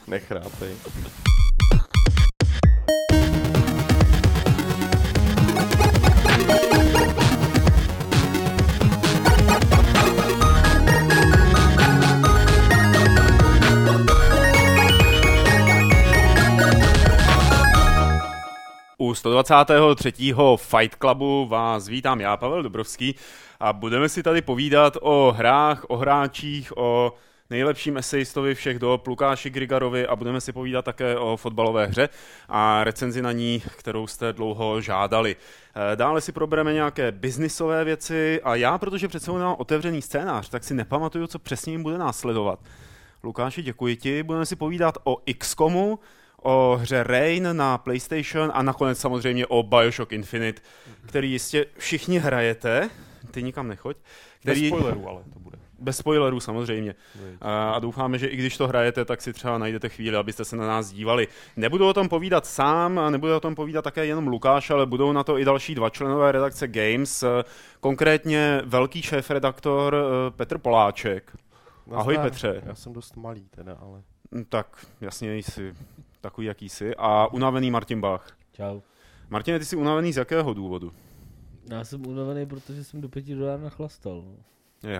Nechrápej. U 123. Fight Clubu vás vítám já, Pavel Dobrovský, a budeme si tady povídat o hrách, o hráčích, o nejlepším esejistovi všech dob, Lukáši Grigarovi, a budeme si povídat také o fotbalové hře a recenzi na ní, kterou jste dlouho žádali. Dále si probereme nějaké biznisové věci a já, protože přece mám otevřený scénář, tak si nepamatuju, co přesně jim bude následovat. Lukáši, děkuji ti. Budeme si povídat o XCOMu, o hře Rain na PlayStation a nakonec samozřejmě o Bioshock Infinite, který jistě všichni hrajete. Ty nikam nechoď. Bez spoilerů, ale to bude. Bez spoilerů samozřejmě. A doufáme, že i když to hrajete, tak si třeba najdete chvíli, abyste se na nás dívali. Nebudu o tom povídat sám a nebudu o tom povídat také jenom Lukáš, ale budou na to i další dva členové redakce Games, konkrétně velký šéfredaktor Petr Poláček. Ahoj Petře. Já jsem dost malý teda, ale... Tak, jasně jsi takový, jaký jsi. A unavený Martin Bach. Čau. Martine, ty jsi unavený z jakého důvodu? Já jsem unavený, protože jsem do 5 do rána chlastal. Jo.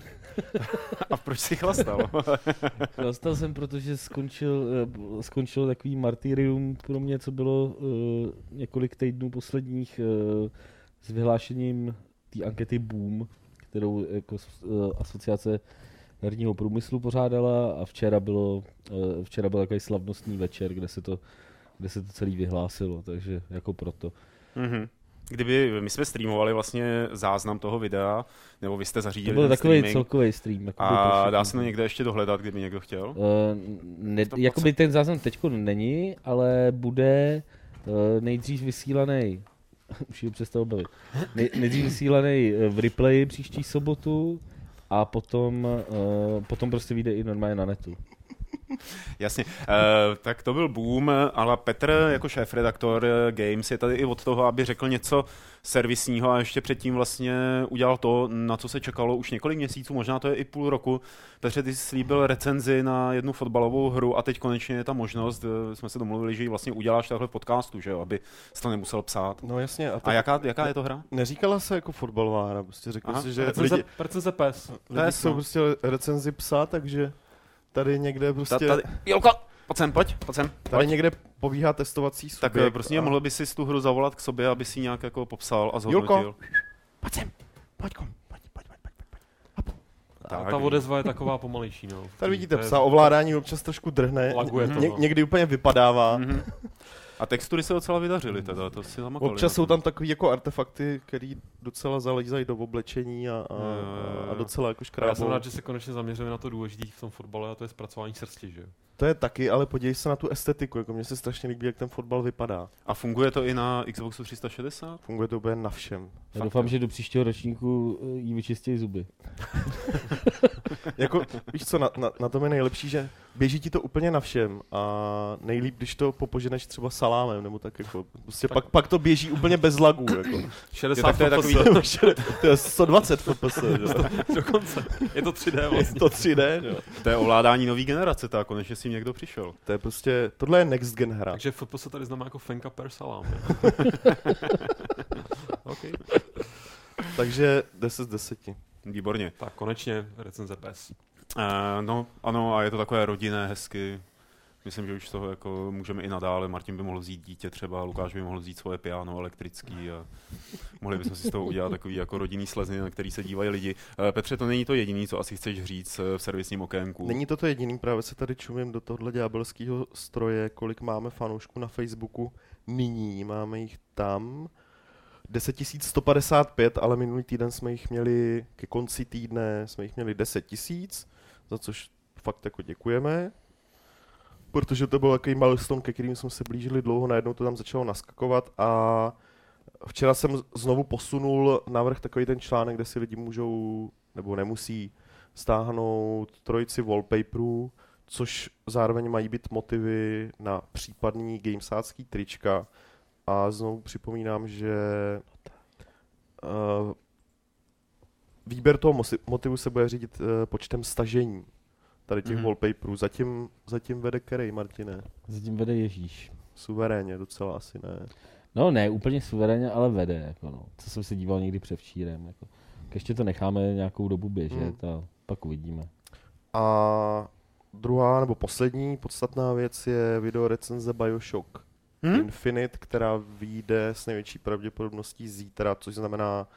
A proč jsi chlastal? Chlastal jsem, protože skončilo takový martyrium pro mě, co bylo několik týdnů posledních s vyhlášením té ankety Boom, kterou jako asociace herního průmyslu pořádala, a včera byl takový slavnostní večer, kde se to celý vyhlásilo, takže jako proto. Mhm. My jsme streamovali vlastně záznam toho videa, nebo vy jste zařídili to byl ten takový streaming. celkový stream. A dá se to někde ještě dohledat, kdyby někdo chtěl? Jakoby ten záznam teďko není, ale bude nejdřív vysílaný, už ji přestal bavit, nejdřív vysílaný v replayi příští sobotu a potom prostě vyjde i normálně na netu. Jasně, tak to byl Boom, ale Petr jako šéfredaktor Games je tady i od toho, aby řekl něco servisního, a ještě předtím vlastně udělal to, na co se čekalo už několik měsíců, možná to je i půl roku. Petře, ty jsi slíbil recenzi na jednu fotbalovou hru a teď konečně je ta možnost, jsme se domluvili, že ji vlastně uděláš takhle v podcastu, že jo, aby jsi to nemusel psát. No jasně. A jaká je to hra? Neříkala se jako fotbalová hra, prostě řekl si, že recenze PES. Lidi jsou prostě recenzi psa, takže tady někde prostě... Jolko, pojď sem. Tady někde pobíhá testovací subjekt. Tak prostě mohl by si tu hru zavolat k sobě, aby si nějak jako popsal a zhodnotil. Julko, pojď sem, pojď. Ta odezva je taková pomalejší, no. Tady vidíte psa, ovládání občas trošku drhne, laguje to, někdy úplně vypadává. A textury se docela vydařily teda, to si zamakali. Občas jsou tam takový jako artefakty, který docela zalízají do oblečení a docela jako škrábou. Já jsem rád, že se konečně zaměřili na to důležité v tom fotbale, a to je zpracování srsti, že jo? To je taky, ale podívej se na tu estetiku, jako mně se strašně líbí, jak ten fotbal vypadá. A funguje to i na Xboxu 360? Funguje to úplně na všem. Já doufám, že do příštího ročníku jí vyčistějí zuby. Jako, víš co, na tom je nejlepší, že běží ti to úplně na všem a nejlíp, když to popoženeš třeba salámem, nebo tak jako, prostě tak. Pak to běží úplně bez lagů, jako. 60 to je takový, to je 120 FPS, dokonce. Je to 3D vlastně. Je to 3D, jo. To je ovládání nový generace, tak konečně si někdo přišel. To je prostě, tohle je next gen hra. Takže FPS se tady znamená jako fenka per salám. Okay. Takže 10 z 10. Výborně. Tak konečně recenze PES. No, ano, a je to takové rodinné, hezky. Myslím, že už toho jako můžeme i nadále. Martin by mohl vzít dítě třeba, Lukáš by mohl vzít svoje piano elektrický a mohli bychom si z toho udělat takový jako rodinný slezny, na který se dívají lidi. Petře, to není to jediný, co asi chceš říct v servisním okénku. Není to jediný, právě se tady čumím do tohohle ďábelského stroje, kolik máme fanoušků na Facebooku. Nyní máme jich tam 10 155, ale minulý týden jsme jich měli, ke konci týdne jsme jich měli 10 000, za což fakt jako děkujeme. Protože to byl takový milestone, ke kterým jsme se blížili dlouho, najednou to tam začalo naskakovat a včera jsem znovu posunul navrch takový ten článek, kde si lidi můžou, nebo nemusí stáhnout trojici wallpaperů, což zároveň mají být motivy na případný gamesácký trička. A znovu připomínám, že výběr toho motivu se bude řídit počtem stažení. tady těch wallpaperů. Zatím vede Kerej, Martine. Zatím vede Ježíš. Suverénně, docela asi ne. No ne, úplně suverénně, ale vede. Jako no. Co jsem si díval někdy převčírem. Jako. Ještě to necháme nějakou dobu běžet a pak uvidíme. A druhá nebo poslední podstatná věc je video recenze Bioshock Infinite, která vyjde s největší pravděpodobností zítra, což znamená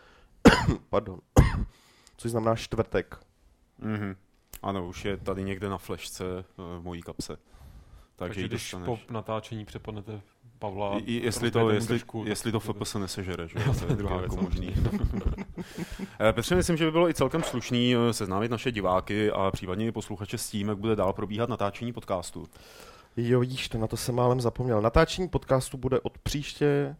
což znamená čtvrtek. Ano, už je tady někde na flešce v mojí kapse. Takže když po natáčení přepadnete Pavla... Jestli to FPS nesežere, že? To je druhá věc možný. Petře, myslím, že by bylo i celkem slušný seznámit naše diváky a případně i posluchače s tím, jak bude dál probíhat natáčení podcastu. Jo, vidíš, to na to jsem málem zapomněl. Natáčení podcastu bude od příště,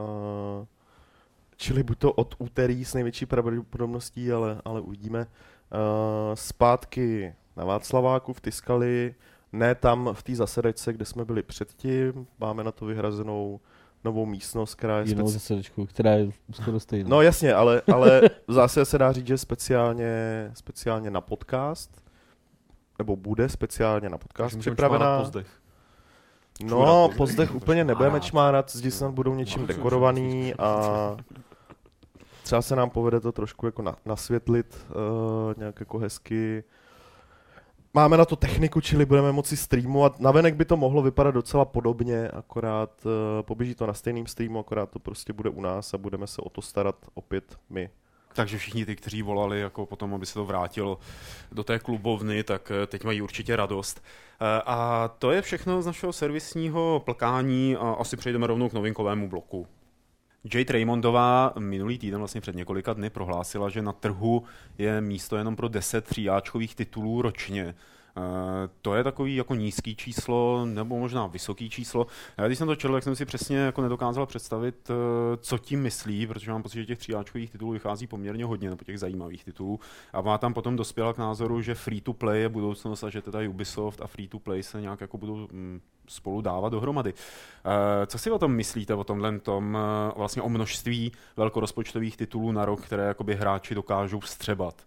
čili buď to od úterý s největší pravděpodobností, ale uvidíme. Zpátky na Václaváku v Tiskali, ne tam v té zasedačce, kde jsme byli předtím, máme na to vyhrazenou novou místnost, která je jinou zasedačku, která je skoro stejná. No jasně, ale zase se dá říct, že speciálně na podcast, nebo bude speciálně na podcast připravená. No, pozdech úplně nebudeme čmárat, zdi snad budou něčím dekorovaný a třeba se nám povede to trošku jako nasvětlit nějak jako hezky. Máme na to techniku, čili budeme moci streamovat. Navenek by to mohlo vypadat docela podobně, akorát poběží to na stejným streamu, akorát to prostě bude u nás a budeme se o to starat opět my. Takže všichni ty, kteří volali jako potom, aby se to vrátilo do té klubovny, tak teď mají určitě radost. A to je všechno z našeho servisního plkání a asi přejdeme rovnou k novinkovému bloku. Jade Raymondová minulý týden, vlastně před několika dny, prohlásila, že na trhu je místo jenom pro 10 tříáčkových titulů ročně. To je takový jako nízký číslo, nebo možná vysoký číslo. Já když jsem to četl, tak jsem si přesně jako nedokázal představit, co tím myslí, protože mám pocit, že těch tříáčkových titulů vychází poměrně hodně, nebo těch zajímavých titulů. A má tam potom dospěla k názoru, že free to play je budoucnost a že teda Ubisoft a free to play se nějak jako budou spolu dávat dohromady. Co si o tom myslíte, o tomhle tom, vlastně o množství velkorozpočtových titulů na rok, které jakoby hráči dokážou vstřebat?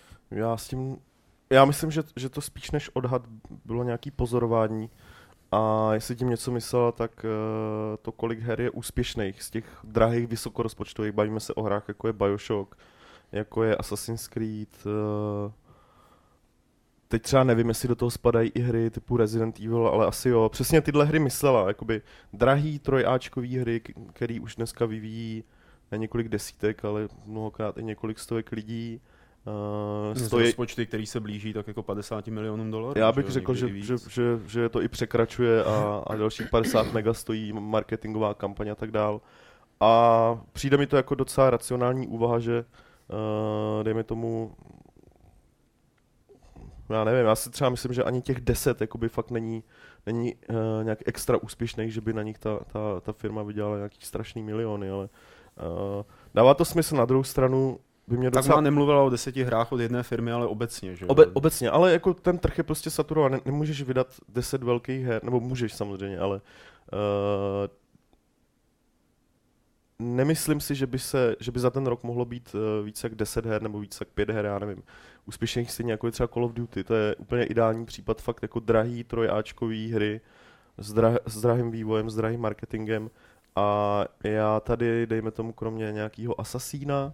Já myslím, že to spíš než odhad bylo nějaký pozorování a jestli tím něco myslela, tak to, kolik her je úspěšných z těch drahých vysokorozpočtových, bavíme se o hrách, jako je Bioshock, jako je Assassin's Creed, teď třeba nevím, jestli do toho spadají i hry typu Resident Evil, ale asi jo, přesně tyhle hry myslela, jakoby drahý trojáčkový hry, který už dneska vyvíjí ne několik desítek, ale mnohokrát i několik stovek lidí. Rozpočty, který se blíží tak jako 50 milionům dolarů. Já bych řekl, že to i překračuje a dalších 50 mega stojí marketingová kampaň a tak dál. A přijde mi to jako docela racionální úvaha, že dejme tomu, já nevím, já si třeba myslím, že ani těch 10 jakoby fakt není nějak extra úspěšných, že by na nich ta firma vydělala nějaký strašný miliony, ale dává to smysl. Na druhou stranu by mě docela... Tak ona nemluvila o 10 hrách od jedné firmy, ale obecně, že? Obecně, ale jako ten trh je prostě saturovaný, nemůžeš vydat 10 velkých her, nebo můžeš samozřejmě, ale nemyslím si, že by za ten rok mohlo být víc jak 10 her nebo víc jak 5 her, já nevím. Úspěšných stejně jako je třeba Call of Duty, to je úplně ideální případ fakt jako drahý trojáčkový hry s drahým vývojem, s drahým marketingem a já tady, dejme tomu, kromě nějakého Assassina,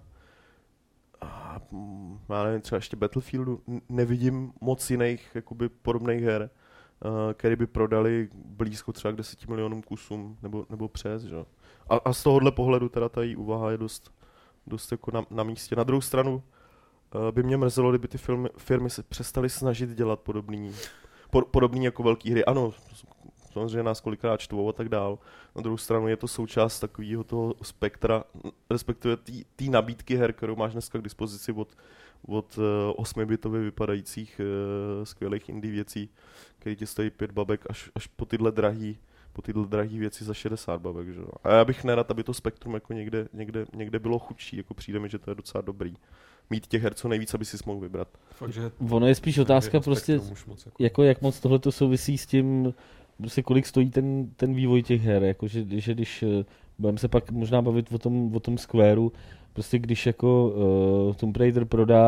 já nevím, třeba ještě Battlefieldu, nevidím moc jiných jakoby podobných her, které by prodali blízko třeba k 10 milionům kusům nebo přes, že? A z tohohle pohledu teda ta její úvaha je dost jako na místě. Na druhou stranu by mě mrzelo, kdyby ty firmy se přestaly snažit dělat podobný jako velký hry. Ano, samozřejmě nás kolikrát čtvou a tak dál. Na druhou stranu je to součást takového toho spektra, respektive té nabídky her, kterou máš dneska k dispozici od 8-bitově vypadajících skvělých indie věcí, které ti stojí 5 babek až po tyhle drahý věci za 60 babek. Že? A já bych nerad, aby to spektrum jako někde bylo chudší, jako přijde mi, že to je docela dobrý. Mít těch her co nejvíc, aby si mohl vybrat. Fakt, že ono je spíš otázka prostě, jako jak moc tohleto souvisí s tím, prostě kolik stojí ten vývoj těch her, jako že když budeme se pak možná bavit o tom Squareu, prostě když jako Tomb Raider prodá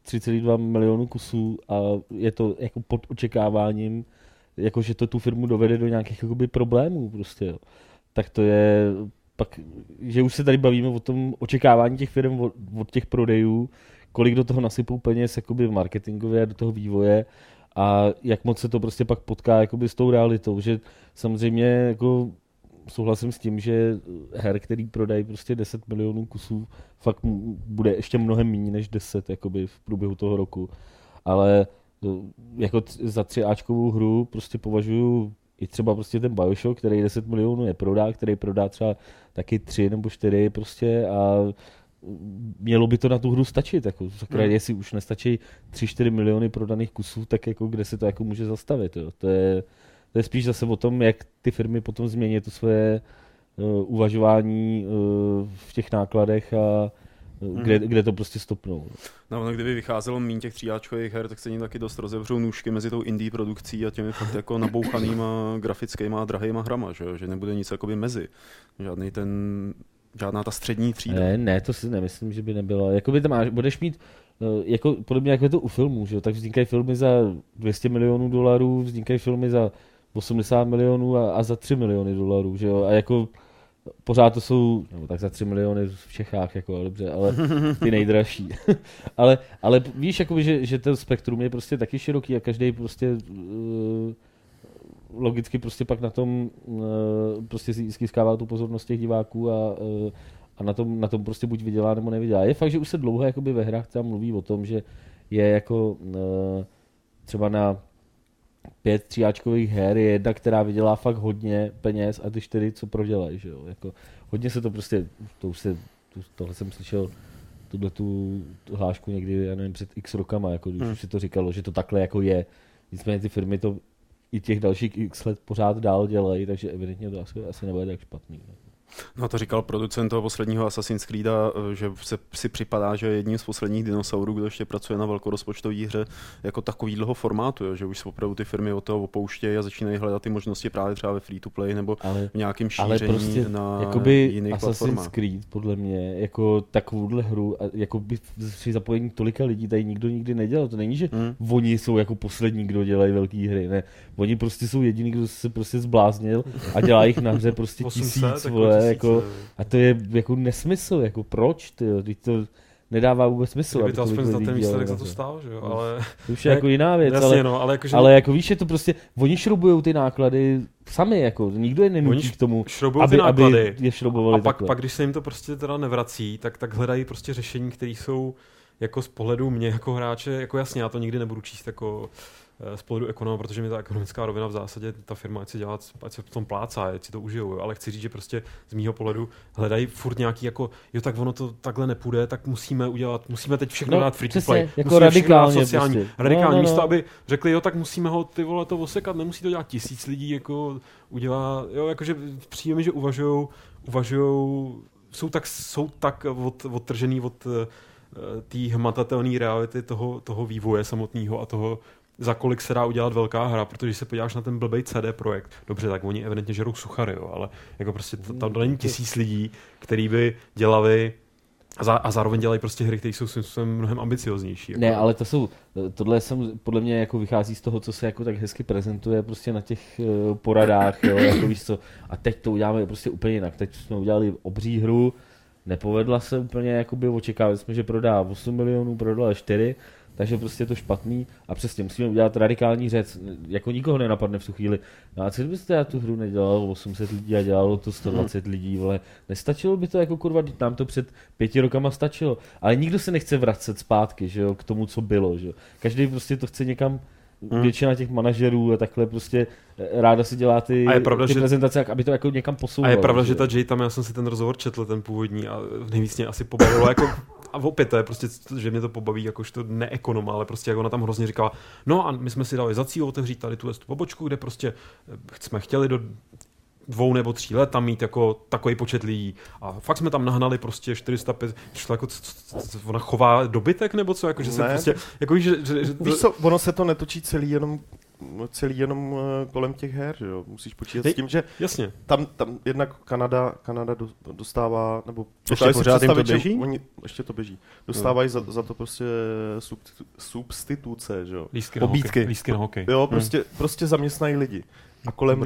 3,2 milionu kusů a je to jako pod očekáváním, jako že to tu firmu dovede do nějakých jakoby problémů prostě, jo. Tak to je pak, že už se tady bavíme o tom očekávání těch firm od těch prodejů, kolik do toho nasypou peněz jakoby marketingově do toho vývoje a jak moc se to prostě pak potká jakoby s tou realitou, že samozřejmě jako souhlasím s tím, že her, který prodají prostě 10 milionů kusů, fakt bude ještě mnohem méně než 10 jakoby v průběhu toho roku, ale jako za 3Ačkovou hru prostě považuji i třeba prostě ten BioShock, který 10 milionů neprodá, který prodá třeba taky 3 nebo 4 prostě a mělo by to na tu hru stačit, jako jestli už nestačí 3-4 miliony prodaných kusů, tak jako kde se to jako může zastavit, jo. To je spíš zase o tom, jak ty firmy potom změní to své uvažování v těch nákladech a kde to prostě stopnou. No, kdyby vycházelo méně těch 3Ačkových her, tak se jim taky dost rozevřou nůžky mezi tou indie produkcí a těmi fakt jako nabouchanýma grafickýma a drahýma hrama, že nebude nic jakoby mezi. Žádná ta střední třída. Ne, to si nemyslím, že by nebyla. Jakoby tam budeš mít, jako, podobně jako je to u filmů, že? Tak vznikají filmy za 200 milionů dolarů, vznikají filmy za 80 milionů a za 3 miliony dolarů, že jo? A jako pořád to jsou, no, tak za 3 miliony v Čechách, jako, dobře, ale ty nejdražší. ale víš, jakoby, že ten spektrum je prostě taky široký a každý prostě logicky prostě pak na tom prostě získává tu pozornost těch diváků a na tom prostě buď vydělá nebo nevydělá. Je fakt, že už se dlouho jakoby ve hrách tam mluví o tom, že je jako třeba na 5 3Ačkových her je jedna, která vydělá fakt hodně peněz a ty 4, co prodělají, že jo. Jako, hodně se to prostě, tohle jsem slyšel, tu hlášku někdy, já nevím, před x rokama, jako, když už si to říkalo, že to takhle jako je. Nicméně ty firmy to i těch dalších x let pořád dál dělají, takže evidentně to asi nebude tak špatný. No to říkal producent toho posledního Assassin's Creeda, že si připadá, že je jedním z posledních dinosaurů, kdo ještě pracuje na velkorozpočtové hře jako takovýhleho formátu, jo, že už se opravdu ty firmy od toho opouštějí a začínají hledat ty možnosti právě třeba ve free-to-play nebo v nějakém šíření prostě, na Assassin's jiných platformách. Assassin's Creed podle mě jako takovouhle hru, a jako by při zapojení tolika lidí tady nikdo nikdy nedělal. To není, že oni jsou jako poslední, kdo dělají velké hry, ne. Oni prostě jsou jediní, kdo se prostě zbláznil a dělá jich na hře prostě 1000, jako, a to je jako nesmysl, jako proč, to nedává vůbec smysl. Kdyby to aspoň za ten výsledek za to stál, že jo, ale... To už je jako jiná věc, jasně, ale jako víš, je to prostě, oni šroubujou ty náklady sami, jako, nikdo je nenutí k tomu, aby je šroubovali a pak, když se jim to prostě teda nevrací, tak hledají prostě řešení, které jsou jako z pohledu mě jako hráče, jako jasně, já to nikdy nebudu číst jako z pohledu ekonoma, protože mi ta ekonomická rovina v zásadě, ta firma, ať se v tom plácá, ať si to užijou, ale chci říct, že prostě z mýho pohledu hledají furt nějaký jako, jo, tak ono to takhle nepůjde, tak musíme teď všechno dát free to play. Jako radikálně sociální, radikální místo, aby řekli, jo, tak musíme ho ty vole to osekat, nemusí to dělat 1000 lidí, jako udělá, jo, jakože přijde mi, že uvažujou, jsou tak odtržený od té hmatatelné reality toho vývoje samotného a toho, za kolik se dá udělat velká hra, protože když se podíváš na ten blbej CD Projekt, dobře, tak oni evidentně žerou suchary, jo, ale jako prostě tam není 1000 lidí, který by dělali a zároveň dělají prostě hry, které jsou mnohem ambicioznější. Jako. Ne, ale tohle podle mě jako vychází z toho, co se jako tak hezky prezentuje prostě na těch poradách, jo, jako víš co, a teď to uděláme prostě úplně jinak. Teď jsme udělali obří hru, nepovedla se úplně, jakoby očekávali jsme, že prodá 8 milionů, prodala 4, takže prostě je to špatný a přesně musíme udělat radikální řec, jako nikoho nenapadne v tu chvíli. No a co kdybyste já tu hru nedělal 800 lidí a dělalo to 120 lidí, vole, nestačilo by to jako kurva, nám to před 5 rokama stačilo, ale nikdo se nechce vracet zpátky, že jo, k tomu, co bylo, že jo. Každý prostě to chce někam, většina těch manažerů a takhle prostě ráda si dělá ty prezentace, aby to jako někam posouvalo. A je pravda, že ta Jay tam, já jsem si ten rozhovor četl, ten původní a nejvíc mě asi pobavilo, jako a opět to je prostě, že mě to pobaví jakožto neekonoma, ale prostě jak ona tam hrozně říkala, no a my jsme si dali za cíl otevřít tady tu pobočku, kde prostě jsme chtěli do 2 nebo 3 let tam mít jako takový počet lidí. A fakt jsme tam nahnali prostě 405, jako ona chová dobytek nebo co, jako že se prostě, jako že víš co, ono se to netočí celý jenom celý jenom kolem těch her, že jo. Musíš počítat s tím, že jasně. Tam jednak Kanada dostává, nebo ještě pořád jim to běží? Oni, ještě to běží. Dostávají za to prostě substituce, že jo. Lístky na hokej. Jo, prostě zaměstnají lidi. A kolem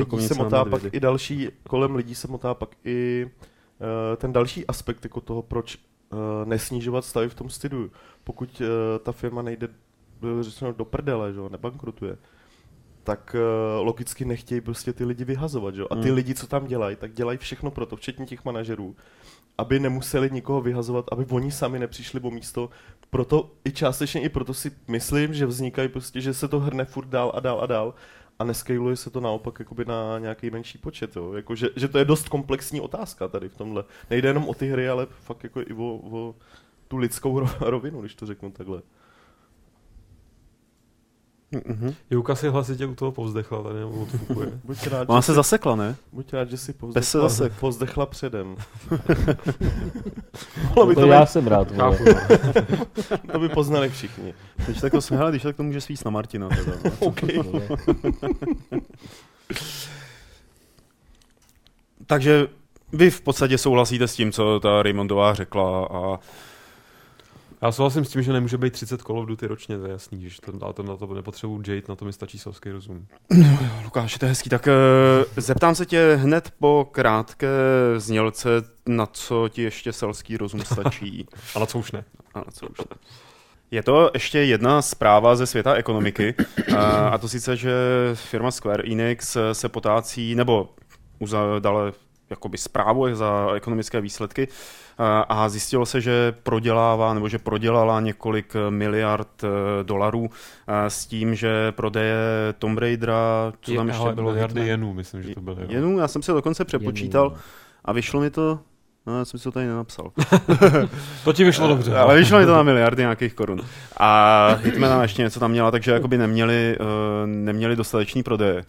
lidí se motá pak i ten další aspekt jako toho, proč nesnižovat stavy v tom studiu. Pokud ta firma nejde do prdele, že jo, nebankrutuje, tak logicky nechtějí prostě ty lidi vyhazovat, že jo. A ty lidi, co tam dělají, tak dělají všechno pro to, včetně těch manažerů, aby nemuseli nikoho vyhazovat, aby oni sami nepřišli o místo. Proto i částečně i proto si myslím, že vznikají prostě, že se to hrne furt dál a dál a dál. A neskaluje se to naopak jakoby na nějaký menší počet, jo. Jako, že to je dost komplexní otázka tady v tomhle. Nejde jenom o ty hry, ale fakt jako i o tu lidskou rovinu, když to řeknu takhle. Jouka si hlasitě u toho povzdechla, tady nebo odfukuje. Ona se zasekla, ne? Buď rád, že si povzdechla předem. Já jsem rád. To by poznali všichni. Když tak to může svíst na Martina. Teda, okay. Takže vy v podstatě souhlasíte s tím, co ta Raymondová řekla a já souhlasím s tím, že nemůže být 30 Call of Duty ročně, to je jasný, že na to nepotřebuji Jade, na to mi stačí selský rozum. Lukáš, to je hezký, tak zeptám se tě hned po krátké znělce, na co ti ještě selský rozum stačí. A na co už ne. Je to ještě jedna zpráva ze světa ekonomiky, a to sice, že firma Square Enix se potácí, nebo už dala jakoby zprávu za ekonomické výsledky a zjistilo se, že prodělala několik miliard dolarů s tím, že prodeje Tomb Raidera, co tam ještě bylo? Miliardy jenů, myslím, že to bylo. Jenů, já jsem si dokonce přepočítal a vyšlo mi to, no, já jsem si to tady nenapsal. To ti vyšlo dobře. Ale vyšlo mi to na miliardy nějakých korun. A Hitmana ještě něco tam měla, takže jakoby neměli dostatečný prodeje.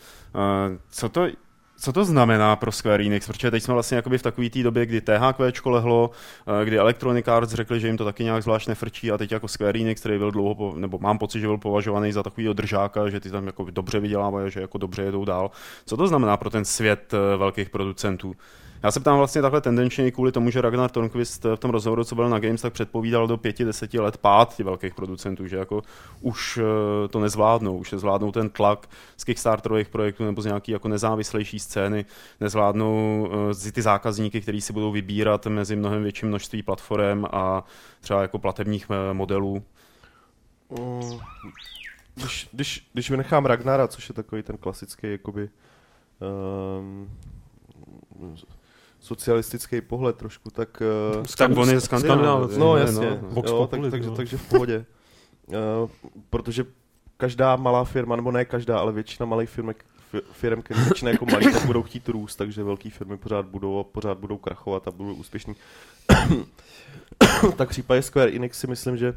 Co to znamená pro Square Enix? Protože teď jsme vlastně jakoby v takové té době, kdy THQčko lehlo, kdy Electronic Arts řekli, že jim to taky nějak zvlášť nefrčí a teď jako Square Enix, který byl dlouho, nebo mám pocit, že byl považovaný za takovýho držáka, že ty tam jako dobře vydělávají, že jako dobře jedou dál. Co to znamená pro ten svět velkých producentů? Já se ptám vlastně takhle tendenčně kvůli tomu, že Ragnar Tornquist v tom rozhovoru, co byl na Games, tak předpovídal do 5-10 let pád těch velkých producentů, že jako už to nezvládnou, už nezvládnou ten tlak z Kickstarterových projektů nebo z nějaký jako nezávislejší scény, nezvládnou ty zákazníky, kteří si budou vybírat mezi mnohem větším množství platform a třeba jako platebních modelů. Když vynechám Ragnara, což je takový ten klasický jakoby socialistický pohled trošku, tak on je Skandinávec. No jasně, takže v pohodě. Protože každá malá firma, nebo ne každá, ale většina malých firm, které začíná jako malý, tak budou chtít růst, takže velké firmy pořád budou krachovat a budou úspěšní. Tak v případě Square Enix si myslím, že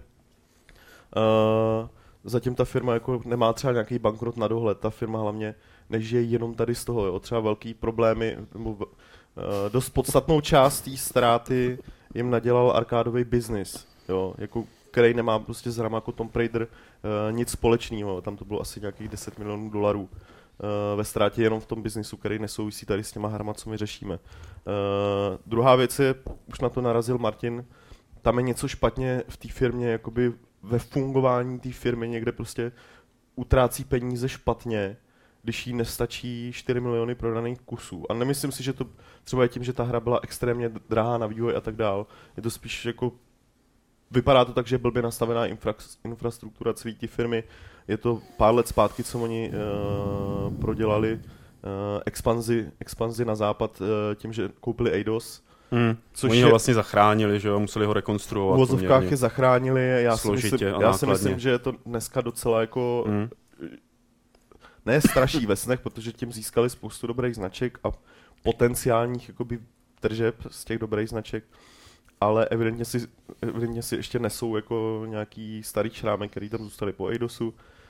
zatím ta firma jako nemá třeba nějaký bankrot na dohled. Ta firma hlavně nežije jenom tady z toho. Jo. Třeba velký problémy, nebo dost podstatnou část té ztráty jim nadělal arkádový biznis, jo, jako, který nemá prostě s hrama jako Tomb Raider nic společného. Tam to bylo asi nějakých 10 milionů dolarů ve ztrátě jenom v tom biznisu, který nesouvisí tady s těma hrama, co my řešíme. Druhá věc je, už na to narazil Martin, tam je něco špatně v té firmě, jakoby ve fungování té firmy, někde prostě utrácí peníze špatně, když jí nestačí 4 miliony prodaných kusů. A nemyslím si, že to třeba je tím, že ta hra byla extrémně drahá na vývoj a tak dál. Je to spíš jako, vypadá to tak, že je blbě nastavená infrastruktura celé té firmy. Je to pár let zpátky, co oni prodělali expanzi na západ tím, že koupili Eidos. Oni ho vlastně zachránili, že jo, museli ho rekonstruovat. V uvozovkách je zachránili, já si myslím, že je to dneska docela jako ne straší ve snech, protože tím získali spoustu dobrých značek a potenciálních jakoby tržeb z těch dobrých značek, ale evidentně si ještě nesou jako nějaký starý šrámek, který tam zůstali po Eidosu.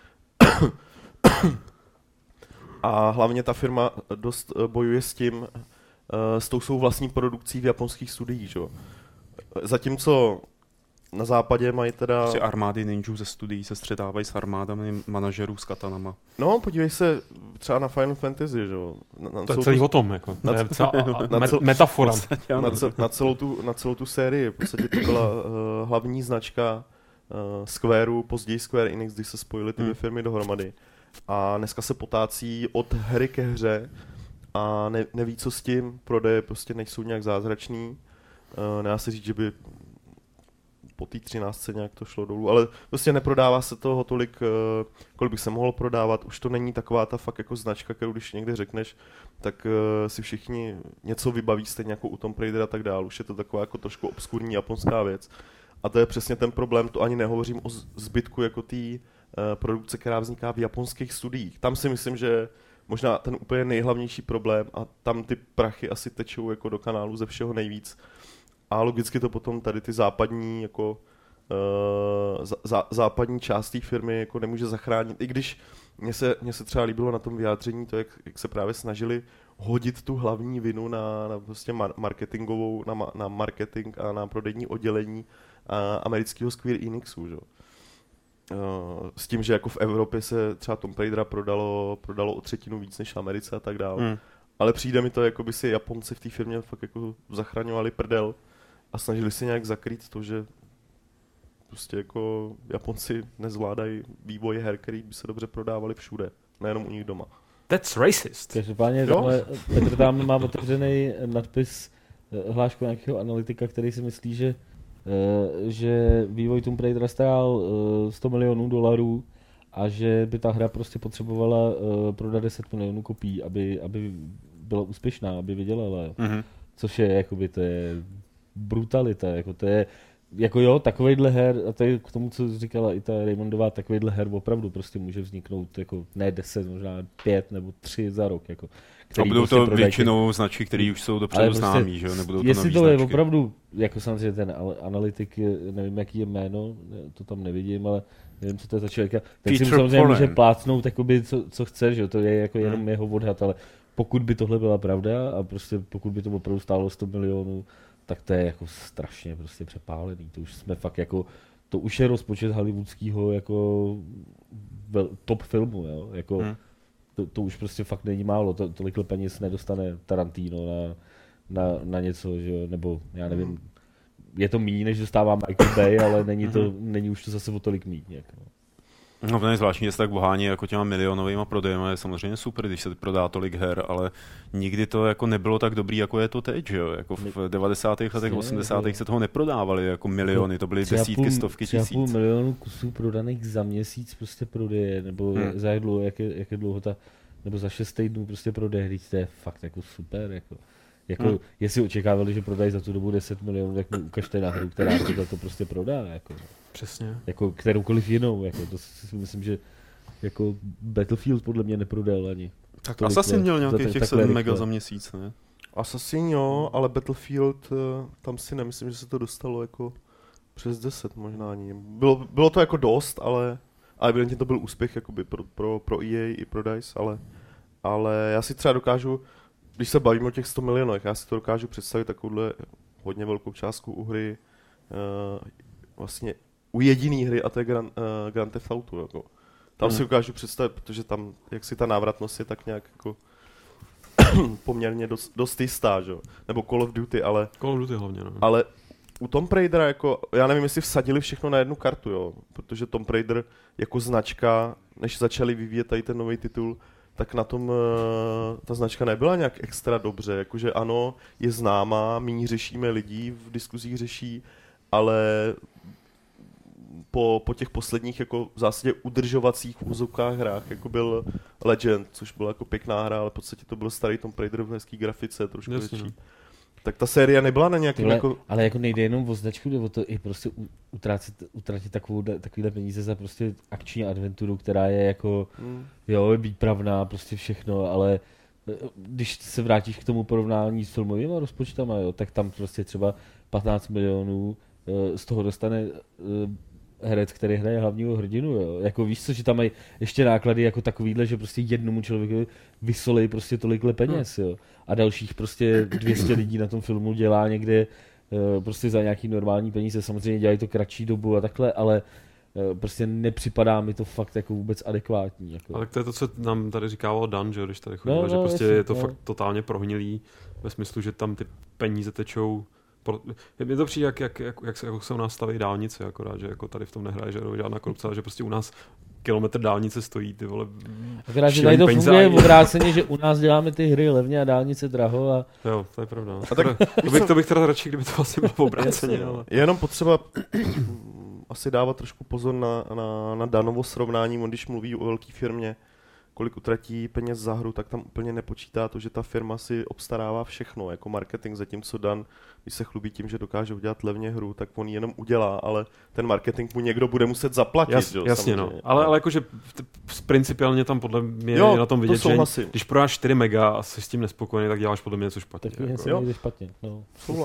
A hlavně ta firma dost bojuje s tou svou vlastní produkcí v japonských studiích, že? Zatímco na západě mají teda... Prostě armády ninjů ze studií se střetávají s armádami manažerů s katanama. No, podívej se třeba na Final Fantasy, že jo. To je celý o tom, jako. Na, to je celá na, metafora. Na celou tu sérii. V podstatě to byla hlavní značka Squareu, později Square Enix, když se spojily ty dvě firmy dohromady. A dneska se potácí od hry ke hře a neví, co s tím. Prodeje prostě nejsou nějak zázračný. Nedá se říct, že by po té 13 nějak to šlo dolů, ale prostě neprodává se toho tolik, kolik by se mohlo prodávat. Už to není taková ta fakt jako značka, kterou když někde řekneš, tak si všichni něco vybaví, stejně jako u Tomb Raider a tak dál. Už je to taková jako trošku obskurní japonská věc. A to je přesně ten problém, to ani nehovořím o zbytku jako té produkce, která vzniká v japonských studiích. Tam si myslím, že možná ten úplně nejhlavnější problém a tam ty prachy asi tečou jako do kanálu ze všeho nejvíc. A logicky to potom tady ty západní jako západní část té firmy jako nemůže zachránit. I když mně se třeba líbilo na tom vyjádření to, jak se právě snažili hodit tu hlavní vinu na prostě marketingovou, na marketing a na prodejní oddělení amerického Square Enixu, že? S tím, že jako v Evropě se třeba Tomb Raider prodalo o 1/3 víc než v Americe a tak dále. Ale přijde mi to, jako by si Japonci v té firmě fakt jako zachraňovali prdel a snažili se nějak zakrýt to, že prostě jako Japonci nezvládají vývoj her, který by se dobře prodávali všude, nejenom u nich doma. That's racist. Každopádně Petr tam má otevřený nadpis hlášku nějakého analytika, který si myslí, že vývoj Tomb Raider stál $100 milionů a že by ta hra prostě potřebovala prodat 10 milionů kopií, aby byla úspěšná, aby vydělala. Mm-hmm. Což je, jakoby, to je brutalita, jako to je, jako jo, takovejhle her, a to je k tomu, co říkala i ta Raymondová, takovejhle her opravdu prostě může vzniknout jako ne 10, možná 5 nebo 3 za rok, jako. A budou to většinou značky, které už jsou dopředu prostě známý, že jo, nebudou to jestli nový to je značky. opravdu, jako samozřejmě ten analytik, nevím, jaký je jméno, to tam nevidím, ale nevím, co to je za člověka. Ten si samozřejmě může plácnout, jakoby, co chce, že jo, to je jako jenom jeho odhad, ale pokud by tohle byla pravda a prostě pokud by to opravdu stálo 100 milionů, tak to je jako strašně prostě přepálený. To už jsme fakt jako, to už je rozpočet hollywoodského jako top filmu, jo, jako to už prostě fakt není málo, tolik peněz nedostane Tarantino na něco, že jo, nebo já nevím, je to míň, než dostává Michael Bay, ale není už to zase o tolik míň, jako. No to je zvláštní, že se tak bohání jako těma milionovýma prodejema, je samozřejmě super, když se prodá tolik her, ale nikdy to jako nebylo tak dobrý, jako je to teď, že jo? Jako v 90. letech, 80. se toho neprodávali jako miliony, to byly desítky, stovky tisíc. 3,5 milionu kusů prodaných za měsíc prostě prodeje, nebo za jak dlouho nebo za 6 týdnů prostě prodeje, to je fakt jako super, jako jestli očekávali, že prodají za tu dobu 10 milionů, tak mi ukažte na hru, která to prostě prodá, jako. Přesně. Jako kteroukoliv jinou, jako to si myslím, že jako Battlefield podle mě neprodal ani. Tak Assassin měl nějakých těch 7 mega za měsíc, ne? Assassin jo, ale Battlefield, tam si nemyslím, že se to dostalo jako přes 10 možná ani. Bylo to jako dost, ale evidentně to byl úspěch jakoby pro EA i pro DICE, ale já si třeba dokážu, když se bavíme o těch 100 milionech, já si to dokážu představit takovouhle hodně velkou částku u hry, vlastně u jediný hry, a to je Grand Theft Auto. Jako. Tam si dokážu představit, protože tam, jak si ta návratnost je tak nějak jako poměrně dost jistá, že? Nebo Call of Duty, ale... Call of Duty hlavně, no. Ale u Tomb Raidera, jako, já nevím, jestli vsadili všechno na jednu kartu, jo, protože Tomb Raider jako značka, než začali vyvíjet tady ten nový titul, tak na tom ta značka nebyla nějak extra dobře, jakože ano, je známá, míň řešíme lidí, v diskuzích řeší, ale po těch posledních jako v zásadě udržovacích v úzovkách hrách, jako byl Legend, což byla jako pěkná hra, ale v podstatě to byl starý Tomb Raider v hezký grafice, trošku větší. Tak ta série nebyla na nějakým jako... Ale jako nejde jenom o značku, jde o to i prostě utratit takovýhle peníze za prostě akční adventuru, která je jako, jo, je výpravná, prostě všechno, ale když se vrátíš k tomu porovnání s filmovými rozpočtama, jo, tak tam prostě třeba 15 milionů z toho dostane herec, který hraje hlavního hrdinu, jo. Jako víš co, že tam mají ještě náklady jako takovýhle, že prostě jednomu člověku vysolej prostě tolikle peněz, jo. A dalších prostě 200 lidí na tom filmu dělá někde prostě za nějaký normální peníze, samozřejmě dělají to kratší dobu a takhle, ale prostě nepřipadá mi to fakt jako vůbec adekvátní. Jako. Ale to je to, co nám tady říkával Dan, že když tady chodil, že prostě je to fakt totálně prohnilý ve smyslu, že tam ty peníze tečou. Mně to přijde, jak se u nás staví dálnice, akorát, že jako tady v tom nehraje žádná korupce, ale že prostě u nás kilometr dálnice stojí, ty vole. Akorát, že tady to funguje obráceně, že u nás děláme ty hry levně a dálnice draho a... Jo, to je pravda. To bych teda radši, kdyby to vlastně bylo obráceně. Ale... Je jenom potřeba asi dávat trošku pozor na Danovo srovnání, on když mluví o velké firmě, kolik utratí peněz za hru, tak tam úplně nepočítá to, že ta firma si obstarává všechno, jako marketing, zatímco Dan, když se chlubí tím, že dokáže udělat levně hru, tak on ji jenom udělá, ale ten marketing mu někdo bude muset zaplatit. Jasně, no. Ale jakože principiálně tam podle mě je na tom vidět, že když prodáš 4 mega a jsi s tím nespokojený, tak děláš podle mě něco špatně. Tak něco někde špatně. No,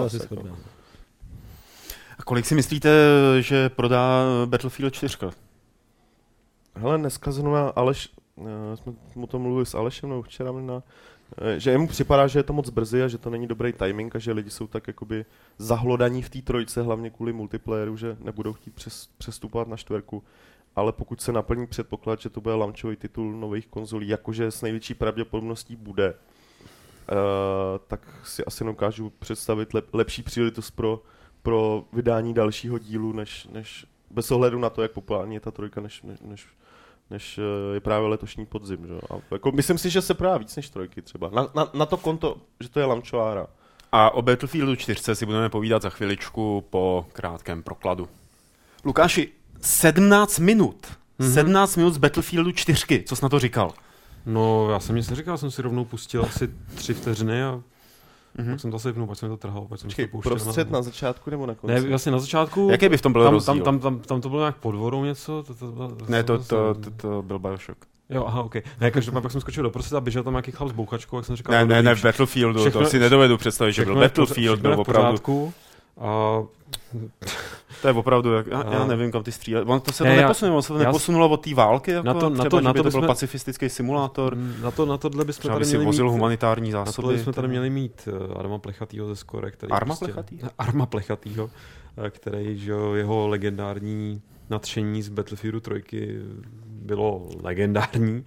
a kolik si myslíte, že prodá Battlefield 4? Hele, dneska zrovna Aleš, jsme o tom mluvili s Alešem, no včera že jemu připadá, že je to moc brzy a že to není dobrý timing a že lidi jsou tak jakoby zahlodaní v té trojce, hlavně kvůli multiplayeru, že nebudou chtít přestupovat na 4. Ale pokud se naplní předpoklad, že to bude launchový titul nových konzolí, jakože s největší pravděpodobností bude, tak si asi dokážu představit lepší příležitost pro vydání dalšího dílu, než bez ohledu na to, jak populární je ta trojka, než je právě letošní podzim. Že? A jako, myslím si, že se právě víc než trojky třeba. Na to konto, že to je launchová hra. A o Battlefieldu 4 si budeme povídat za chviličku po krátkém prokladu. Lukáši, 17 minut. 17 minut z Battlefieldu 4. Co jsi na to říkal? No, já jsem nic neříkal, jsem si rovnou pustil asi 3 vteřiny a pak jsem zase vypnul, pak jsem to trhal, pak jsem to pouštěl. Prostřed na začátku nebo na konci? Ne, vlastně na začátku. Jaký by v tom byl rozdíl? Tam to bylo nějak pod vodou něco? Ne, to byl Bioshock. Jo, aha, okej. Ne, každopádně pak jsem skočil doprostřed a běžel tam nějaký chlap s bouchačkou, jak jsem říkal. Ne, v Battlefieldu, to si nedovedu představit, že byl Battlefield, byl opravdu. To je opravdu, já nevím, kam ty střílet. On to se neposunulo od té války, jako třeba, že by to byl pacifistický simulátor. Na tohle bychom tady měli vozil mít humanitární zásoby. Na tohle bychom tady měli mít Adama Plechatýho ze Skore, který Arma Plechatýho, který, že jeho legendární nadšení z Battlefieldu 3 bylo legendární,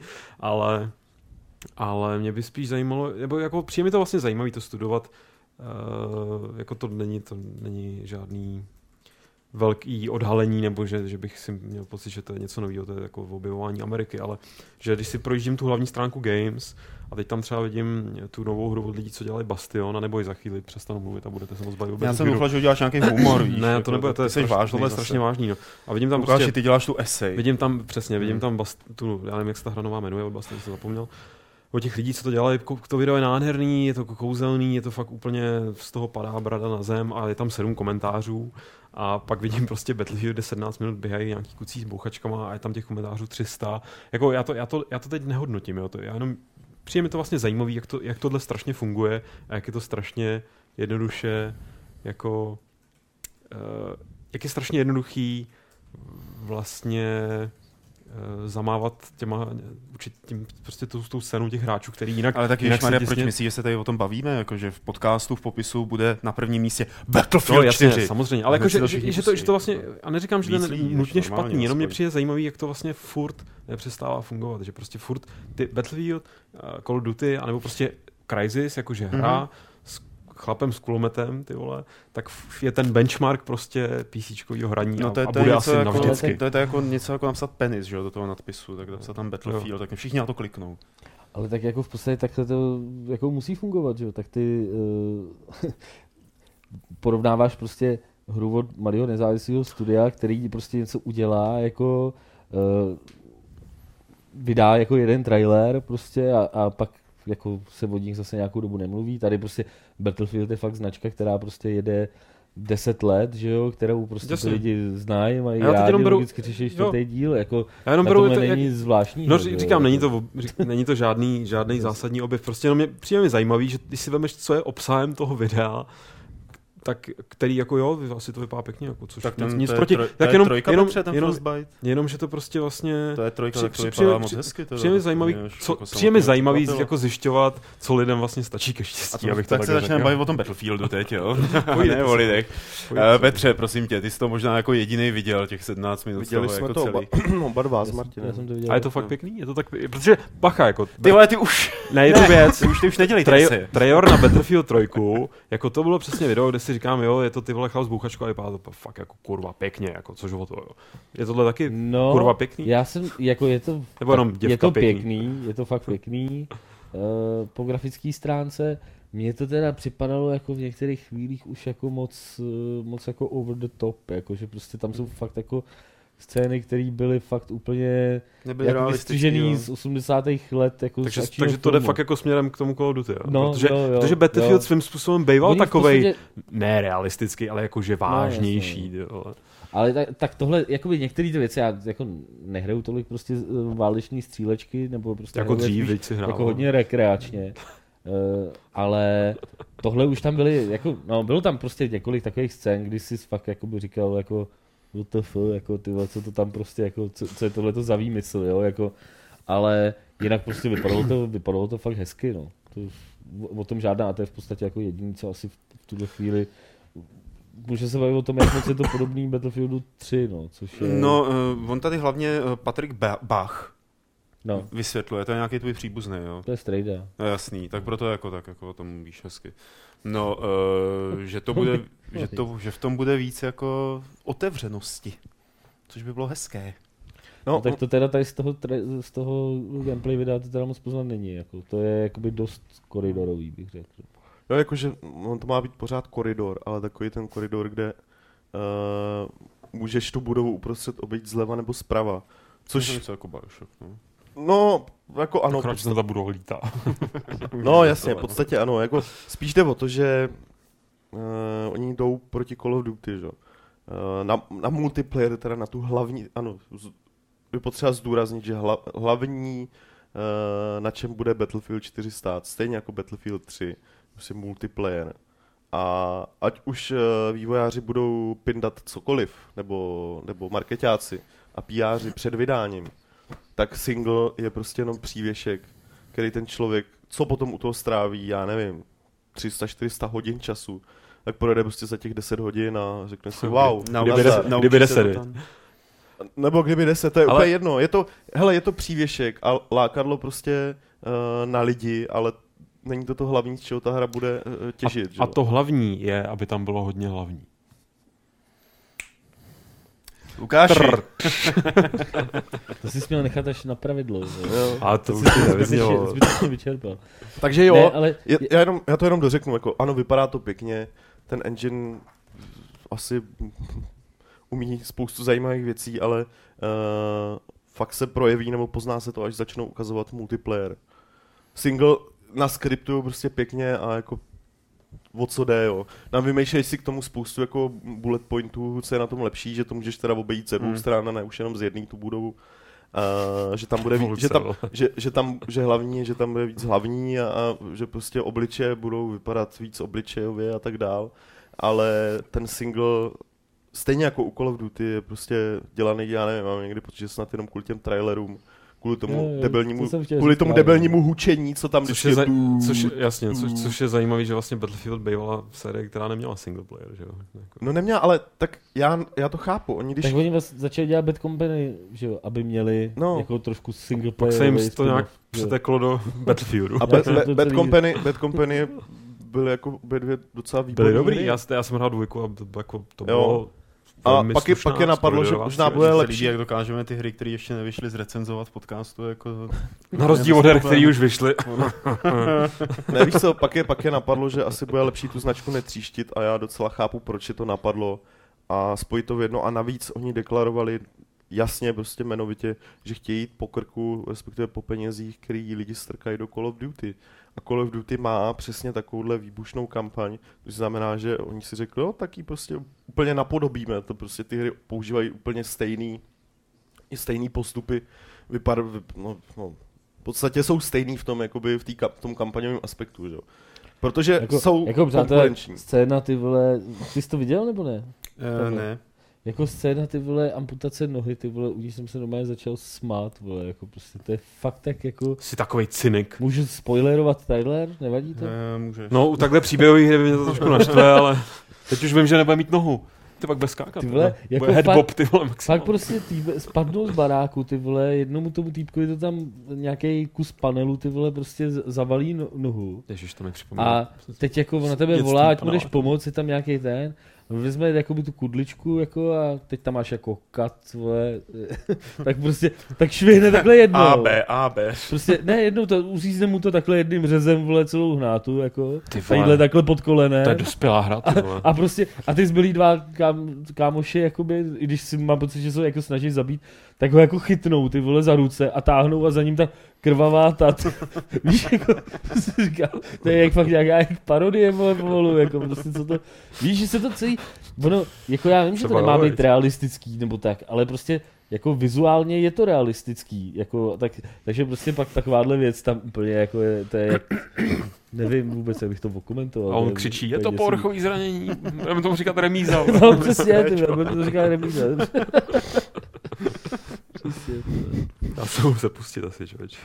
ale mě by spíš zajímalo, nebo jako přijde mi to vlastně zajímavý to studovat, jako to není žádný velký odhalení, nebo že bych si měl pocit, že to je něco nového, to je jako objevování Ameriky, ale že když si projíždím tu hlavní stránku Games a teď tam třeba vidím tu novou hru od lidí, co dělali Bastion, a nebo i za chvíli přestanu mluvit a budete se moc bavit. Já jsem doufal, že uděláš nějaký humor, víš. Ne, to nebude, to je strašně vážný. No. A vidím tam Lukáši, prostě, ty děláš tu esej. Vidím tam tu, já nevím, jak se ta hra nová jmenuje, od Bastion jsem zapomněl. O těch lidí, co to dělají, to video je nádherný, je to kouzelný, je to fakt úplně, z toho padá brada na zem a je tam 7 komentářů a pak vidím prostě Battlefield, kde 17 minut běhají nějaký kucí s bouchačkama a je tam těch komentářů 300. Jako já to teď nehodnotím, jo, já jenom přijde mi to vlastně zajímavý, jak tohle strašně funguje a jak je to strašně jednoduše, jako jak je strašně jednoduchý vlastně zamávat tím prostě tou scénou těch hráčů, který jinak... Ale tak ježišmarja, proč myslíš, že se tady o tom bavíme? Jakože v podcastu, v popisu bude na prvním místě Battlefield 4. Jasně, samozřejmě, ale jako, že to vlastně, a neříkám, že to je nutně špatný, jenom mě přijde zajímavý, jak to vlastně furt nepřestává fungovat, že prostě furt ty Battlefield, Call of Duty, anebo prostě Crysis, jakože hra, chlapem s kulometem, ty vole, tak je ten benchmark prostě PCčkovýho hraní a bude asi jako, navždycky. To je jako něco jako napsat penis, že jo, do toho nadpisu, tak napsat tam Battlefield, tak všichni na to kliknou. Ale tak jako v podstatě takhle to jako musí fungovat, že jo, tak ty porovnáváš prostě hru od malého nezávislého studia, který prostě něco udělá, jako vydá jako jeden trailer prostě a pak jako se od nich zase nějakou dobu nemluví. Tady prostě Battlefield je fakt značka, která prostě jede 10 let, že jo, kterou prostě ty lidi znají, mají rádi, logicky řeší 4. díl, jako na tomhle není zvláštní. No říkám, není to žádný zásadní objev, prostě jenom přijde mi zajímavý, že když si vemeš, co je obsahem toho videa, tak který jako jo, asi to vypadá pěkně, jako, což tak nic to proti. To tak je trojka ten Frostbite? Jenom, že to prostě vlastně... To je trojka, tak to vypadá moc hezky. Přijde mi zajímavý jako zjišťovat, co lidem vlastně stačí ke štěstí, abych to tak se začneme bavit o tom Battlefieldu teď, jo? Ne o lidech. Petře, prosím tě, ty jsi to možná jako jedinej viděl, těch 17 minut. Viděli jsme jako to celý. oba dva s Martinem. A je to fakt pěkný? Je to tak, protože bacha, jako... Ty vole, ty už... Ne, je to věc. Ty už nedělej Trailer na Battlefield 3, jako to bylo přesně video, kde si říkám, jo, je to ty vole chlap s bouchačkou a vypadá to fakt jako kurva pěkně, jako což o to, jo. Je tohle taky kurva pěkný? Já jsem, jako je to, nebo jenom je to pěkný, je to fakt pěkný, po grafické stránce. Mně to teda připadalo jako v některých chvílích už jako moc jako over the top, jako že prostě tam jsou fakt jako scény, které byly fakt úplně jako vystřižený z 80. let. Jako takže to jde fakt jako směrem k tomu Call of Duty, jo? No, protože Battlefield svým způsobem býval takovej, podstatě... ne realistický, ale jakože vážnější. No, ale tak tohle, jakoby některé ty věci, já jako nehraju tolik prostě váleční střílečky, nebo prostě jako dřív, jako hodně rekreačně. Ale tohle už tam byly, jako, no bylo tam prostě několik takových scén, kdy jsi fakt jakoby říkal jako WTF, jako tyhle, co to tam prostě, jako, co je tohleto za výmysl, jo, jako, ale jinak prostě vypadalo to fakt hezky, no. To, o tom žádná, a to je v podstatě jako jediný, co asi v tuhle chvíli. Může se bavit o tom, jak moc je to podobný Battlefieldu 3, no, což je... No, on tady hlavně Patrik Bach vysvětluje, to je nějaký tvůj příbuzný, jo? To je strejda. No, jasný, tak proto jako tak, jako o tom víš hezky. No, že to bude, že v tom bude víc jako otevřenosti, což by bylo hezké. No, tak to teda tady z toho gameplay videa to teda moc poznat není, jako, to je jakoby dost koridorový, bych řekl. Jo, jakože on to má být pořád koridor, ale takový ten koridor, kde můžeš tu budovu uprostřed obejít zleva nebo zprava. Což... něco jako Bioshock, no. No, jako ano. Akorát, že ta budova lítá. No jasně, v podstatě ano. Jako, spíš jde o to, že oni jdou proti Call of Duty, že? Na multiplayer, teda na tu hlavní, ano, je potřeba zdůraznit, že hlavní, na čem bude Battlefield 4 stát, stejně jako Battlefield 3, prostě multiplayer. A ať už vývojáři budou pindat cokoliv, nebo marketáci a PRři před vydáním, tak single je prostě jenom přívěšek, který ten člověk, co potom u toho stráví, já nevím, 300-400 hodin času, tak projede prostě za těch 10 hodin a řekne si wow, kdyby 10. Nebo kdyby 10, to je úplně jedno. Je to přívěšek a lákadlo prostě na lidi, ale není to hlavní, z čeho ta hra bude těžit. A to hlavní je, aby tam bylo hodně hlavní. Lukáši. To jsi měl nechat až na pravidlo. Jo. A to už nevyznělo. Zbytečně vyčerpal. Takže jo, ne, ale... já to jenom dořeknu. Jako, ano, vypadá to pěkně. Ten engine asi umí spoustu zajímavých věcí, ale fakt se projeví nebo pozná se to, až začnou ukazovat multiplayer. Single naskriptují prostě pěkně a jako o co jde, jo. Nám vymýšlej si k tomu spoustu jako bullet pointů, co je na tom lepší, že to můžeš teda obejít ze dvou stran a ne už jenom z jedné tu budovu. Že tam bude víc, že hlavní je, že tam bude víc hlavní a že prostě obličeje budou vypadat víc obličejově a tak dál. Ale ten single, stejně jako u Call of Duty, je prostě dělaný, já nevím, mám někdy pocit, že snad jenom kvůli těm trailerům, kvůli tomu debilnímu hučení, co tam což je zajímavý, že vlastně Battlefield bývala série, která neměla single player, že jo? No neměla, ale tak já to chápu. Tak oni vlastně začali dělat Bad Company, že jo, aby měli jako trošku single player. Pak se jim to nějak přeteklo do Battlefieldu. A Bad Company byly jako obě dvě docela výborný. Byly dobrý, já jsem hrál 2 a to bylo... A pak je napadlo, že možná bude lepší. Jak dokážeme ty hry, které ještě nevyšly, zrecenzovat v podcastu. Jako... Na rozdíl od her, které už vyšly. Ne, víš co, pak je napadlo, že asi bude lepší tu značku netříštit a já docela chápu, proč je to napadlo a spojit to v jedno. A navíc oni deklarovali jasně, prostě jmenovitě, že chtějí jít po krku, respektive po penězích, který lidi strkají do Call of Duty. A Call of Duty má přesně takovouhle výbušnou kampaň, což znamená, že oni si řekli, jo, tak ji prostě úplně napodobíme, to prostě ty hry používají úplně stejný postupy, podstatě jsou stejný v tom, jakoby v tom kampaňovém aspektu, že jo. Protože jako, jsou jako konkurenční. Scéna, ty vole, ty jsi to viděl nebo ne? Ne. Jako scéna, ty vole, amputace nohy, ty vole, u ní jsem se normálně začal smát, vole, jako prostě to je fakt tak jako... Jsi takovej cynik. Můžu spoilerovat trailer, nevadí to? Můžeš. No, u takhle příběhových hry mě to trošku naštve, ale teď už vím, že nebude mít nohu. Ty pak bez skákat. Ty vole, jako bude headbob, ty vole, maximálně. Fakt prostě spadnou z baráku, ty vole, jednomu tomu týpkovi to tam nějaký kus panelu, ty vole, prostě zavalí nohu. Ježiš, to mi připomíná. A teď jako na tebe Dětství volá, ať mu panela. jdeš pomoct, je tam nějaký ten, vezme jakoby tu kudličku jako a teď tam máš jako kat, vole, tak prostě, tak švihne takhle jednou. A, B. Prostě, ne jednou, to uřízne mu to takhle jedným řezem, vole, celou hnátu, jako, Ty vole. tadyhle takhle pod kolenem. To je dospělá hra, ty vole. A prostě, a ty zbylí dva kámoši, jakoby, i když si mám pocit, že se ho jako snaží zabít, tak ho jako chytnou, ty vole, za ruce a táhnou a za ním ta krvavá tat. Víš, jako, si říkal, to je jak fakt nějaká jak parodie, vole, pomalu, jako prostě co to, víš, že se to celý, ono, jako já vím, že to nemá být realistický, nebo tak, ale prostě, jako vizuálně je to realistický, jako, takže prostě pak takováhle věc tam úplně, jako je, to je jak, nevím vůbec, jak bych to okomentoval. A on křičí, je to povrchový zranění, budeme tomu říkat remíza. No přesně, ty budeme to říkat remíza. Já se mu zapustit asi, člověč.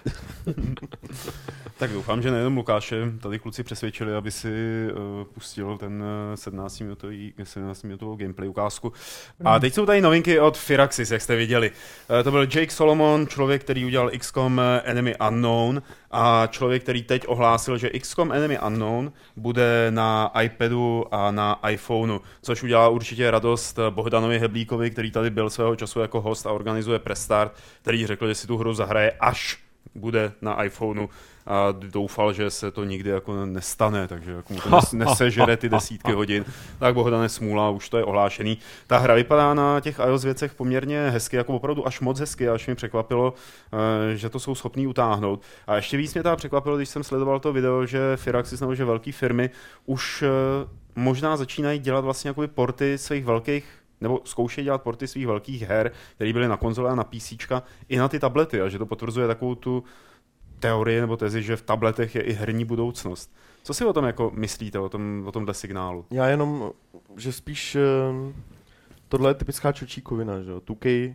Tak doufám, že nejenom Lukáše tady kluci přesvědčili, aby si pustil ten 17-minutovou gameplay ukázku. A teď jsou tady novinky od Firaxis, jak jste viděli. To byl Jake Solomon, člověk, který udělal XCOM Enemy Unknown a člověk, který teď ohlásil, že XCOM Enemy Unknown bude na iPadu a na iPhoneu, což udělá určitě radost Bohdanovi Heblíkovi, který tady byl svého času jako host a organizuje Press Start, který řekl, že si tu hru zahraje, až bude na iPhoneu a doufal, že se to nikdy jako nestane, takže jako mu to nesežere ty desítky hodin. Tak Bohdane smůla, už to je ohlášený. Ta hra vypadá na těch iOS věcech poměrně hezky, jako opravdu až moc hezky, až mi překvapilo, že to jsou schopní utáhnout. A ještě víc mě to překvapilo, když jsem sledoval to video, že Firaxis nebo že velké firmy už možná začínají dělat vlastně jakoby porty svých velkých nebo zkoušejí dělat porty svých velkých her, které byly na konzole a na PCčka, i na ty tablety, a že to potvrzuje takovou tu teorii nebo tezi, že v tabletech je i herní budoucnost. Co si o tom jako myslíte, o tomhle signálu? Já jenom, že spíš tohle je typická čočíkovina, že jo, 2K.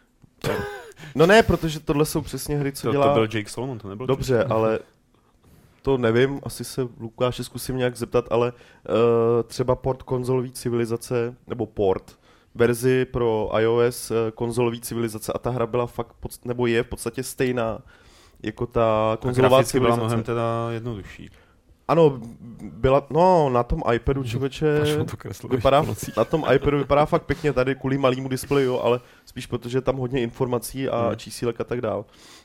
No ne, protože tohle jsou přesně hry, co dělá... To byl Jake Solomon, to nebyl... Dobře, ale to nevím, asi se Lukáše zkusím nějak zeptat, ale třeba port konzolový civilizace, nebo port, verzi pro iOS konzolový civilizace a ta hra byla fakt, nebo je v podstatě stejná jako ta konzolová civilizace. Byla mnohem teda jednodušší. Ano, byla, no na tom iPadu, člověče, vypadá, na tom iPadu vypadá fakt pěkně tady kvůli malýmu displeji, ale spíš protože je tam hodně informací a čísílek a tak dál.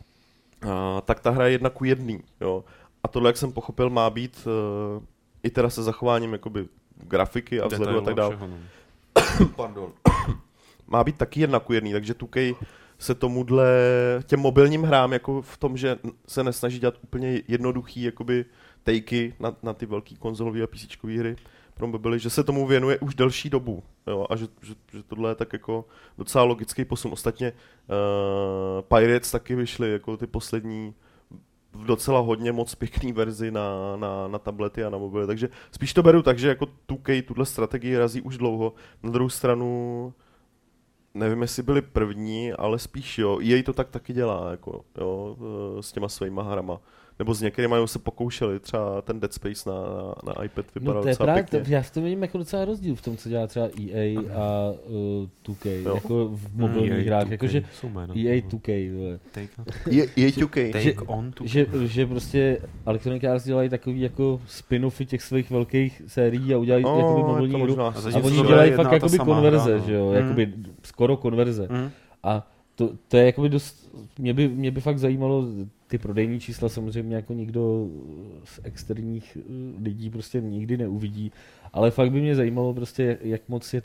Tak ta hra je 1:1, jo. A tohle, jak jsem pochopil, má být i teda se zachováním jakoby grafiky a vzhledu a tak dále. Pardon. Má být taky 1:1, takže 2K se tomuhle těm mobilním hrám jako v tom, že se nesnaží dělat úplně jednoduchý jakoby takey na ty velký konzolové a PCčkové hry pro mobily, že se tomu věnuje už delší dobu, jo, a že tohle je tak jako docela logický posun. Ostatně Pirates taky vyšly jako ty poslední v docela hodně moc pěkný verzi na tablety a na mobily, takže spíš to beru tak, že jako 2K tuhle strategii razí už dlouho. Na druhou stranu nevím, jestli byli první, ale spíš jo, EA to tak taky dělá, jako, jo, s těma svýma hrama. Nebo s některými se pokoušeli, třeba ten Dead Space na iPad vypadal docela pěkně. Já si to vidím jako docela rozdíl v tom, co dělá třeba EA a 2K, jo. Jako v mobilních hrách, jakože EA 2K, EA 2K. Že prostě Electronic Arts dělají takový jako spin-offy těch svých velkých sérií a udělají jakoby mobilní hru. A oni dělají fakt jakoby konverze, že jo, jakoby skoro konverze. A to je jakoby dost, mě by fakt zajímalo ty prodejní čísla, samozřejmě jako nikdo z externích lidí prostě nikdy neuvidí, ale fakt by mě zajímalo prostě, jak moc se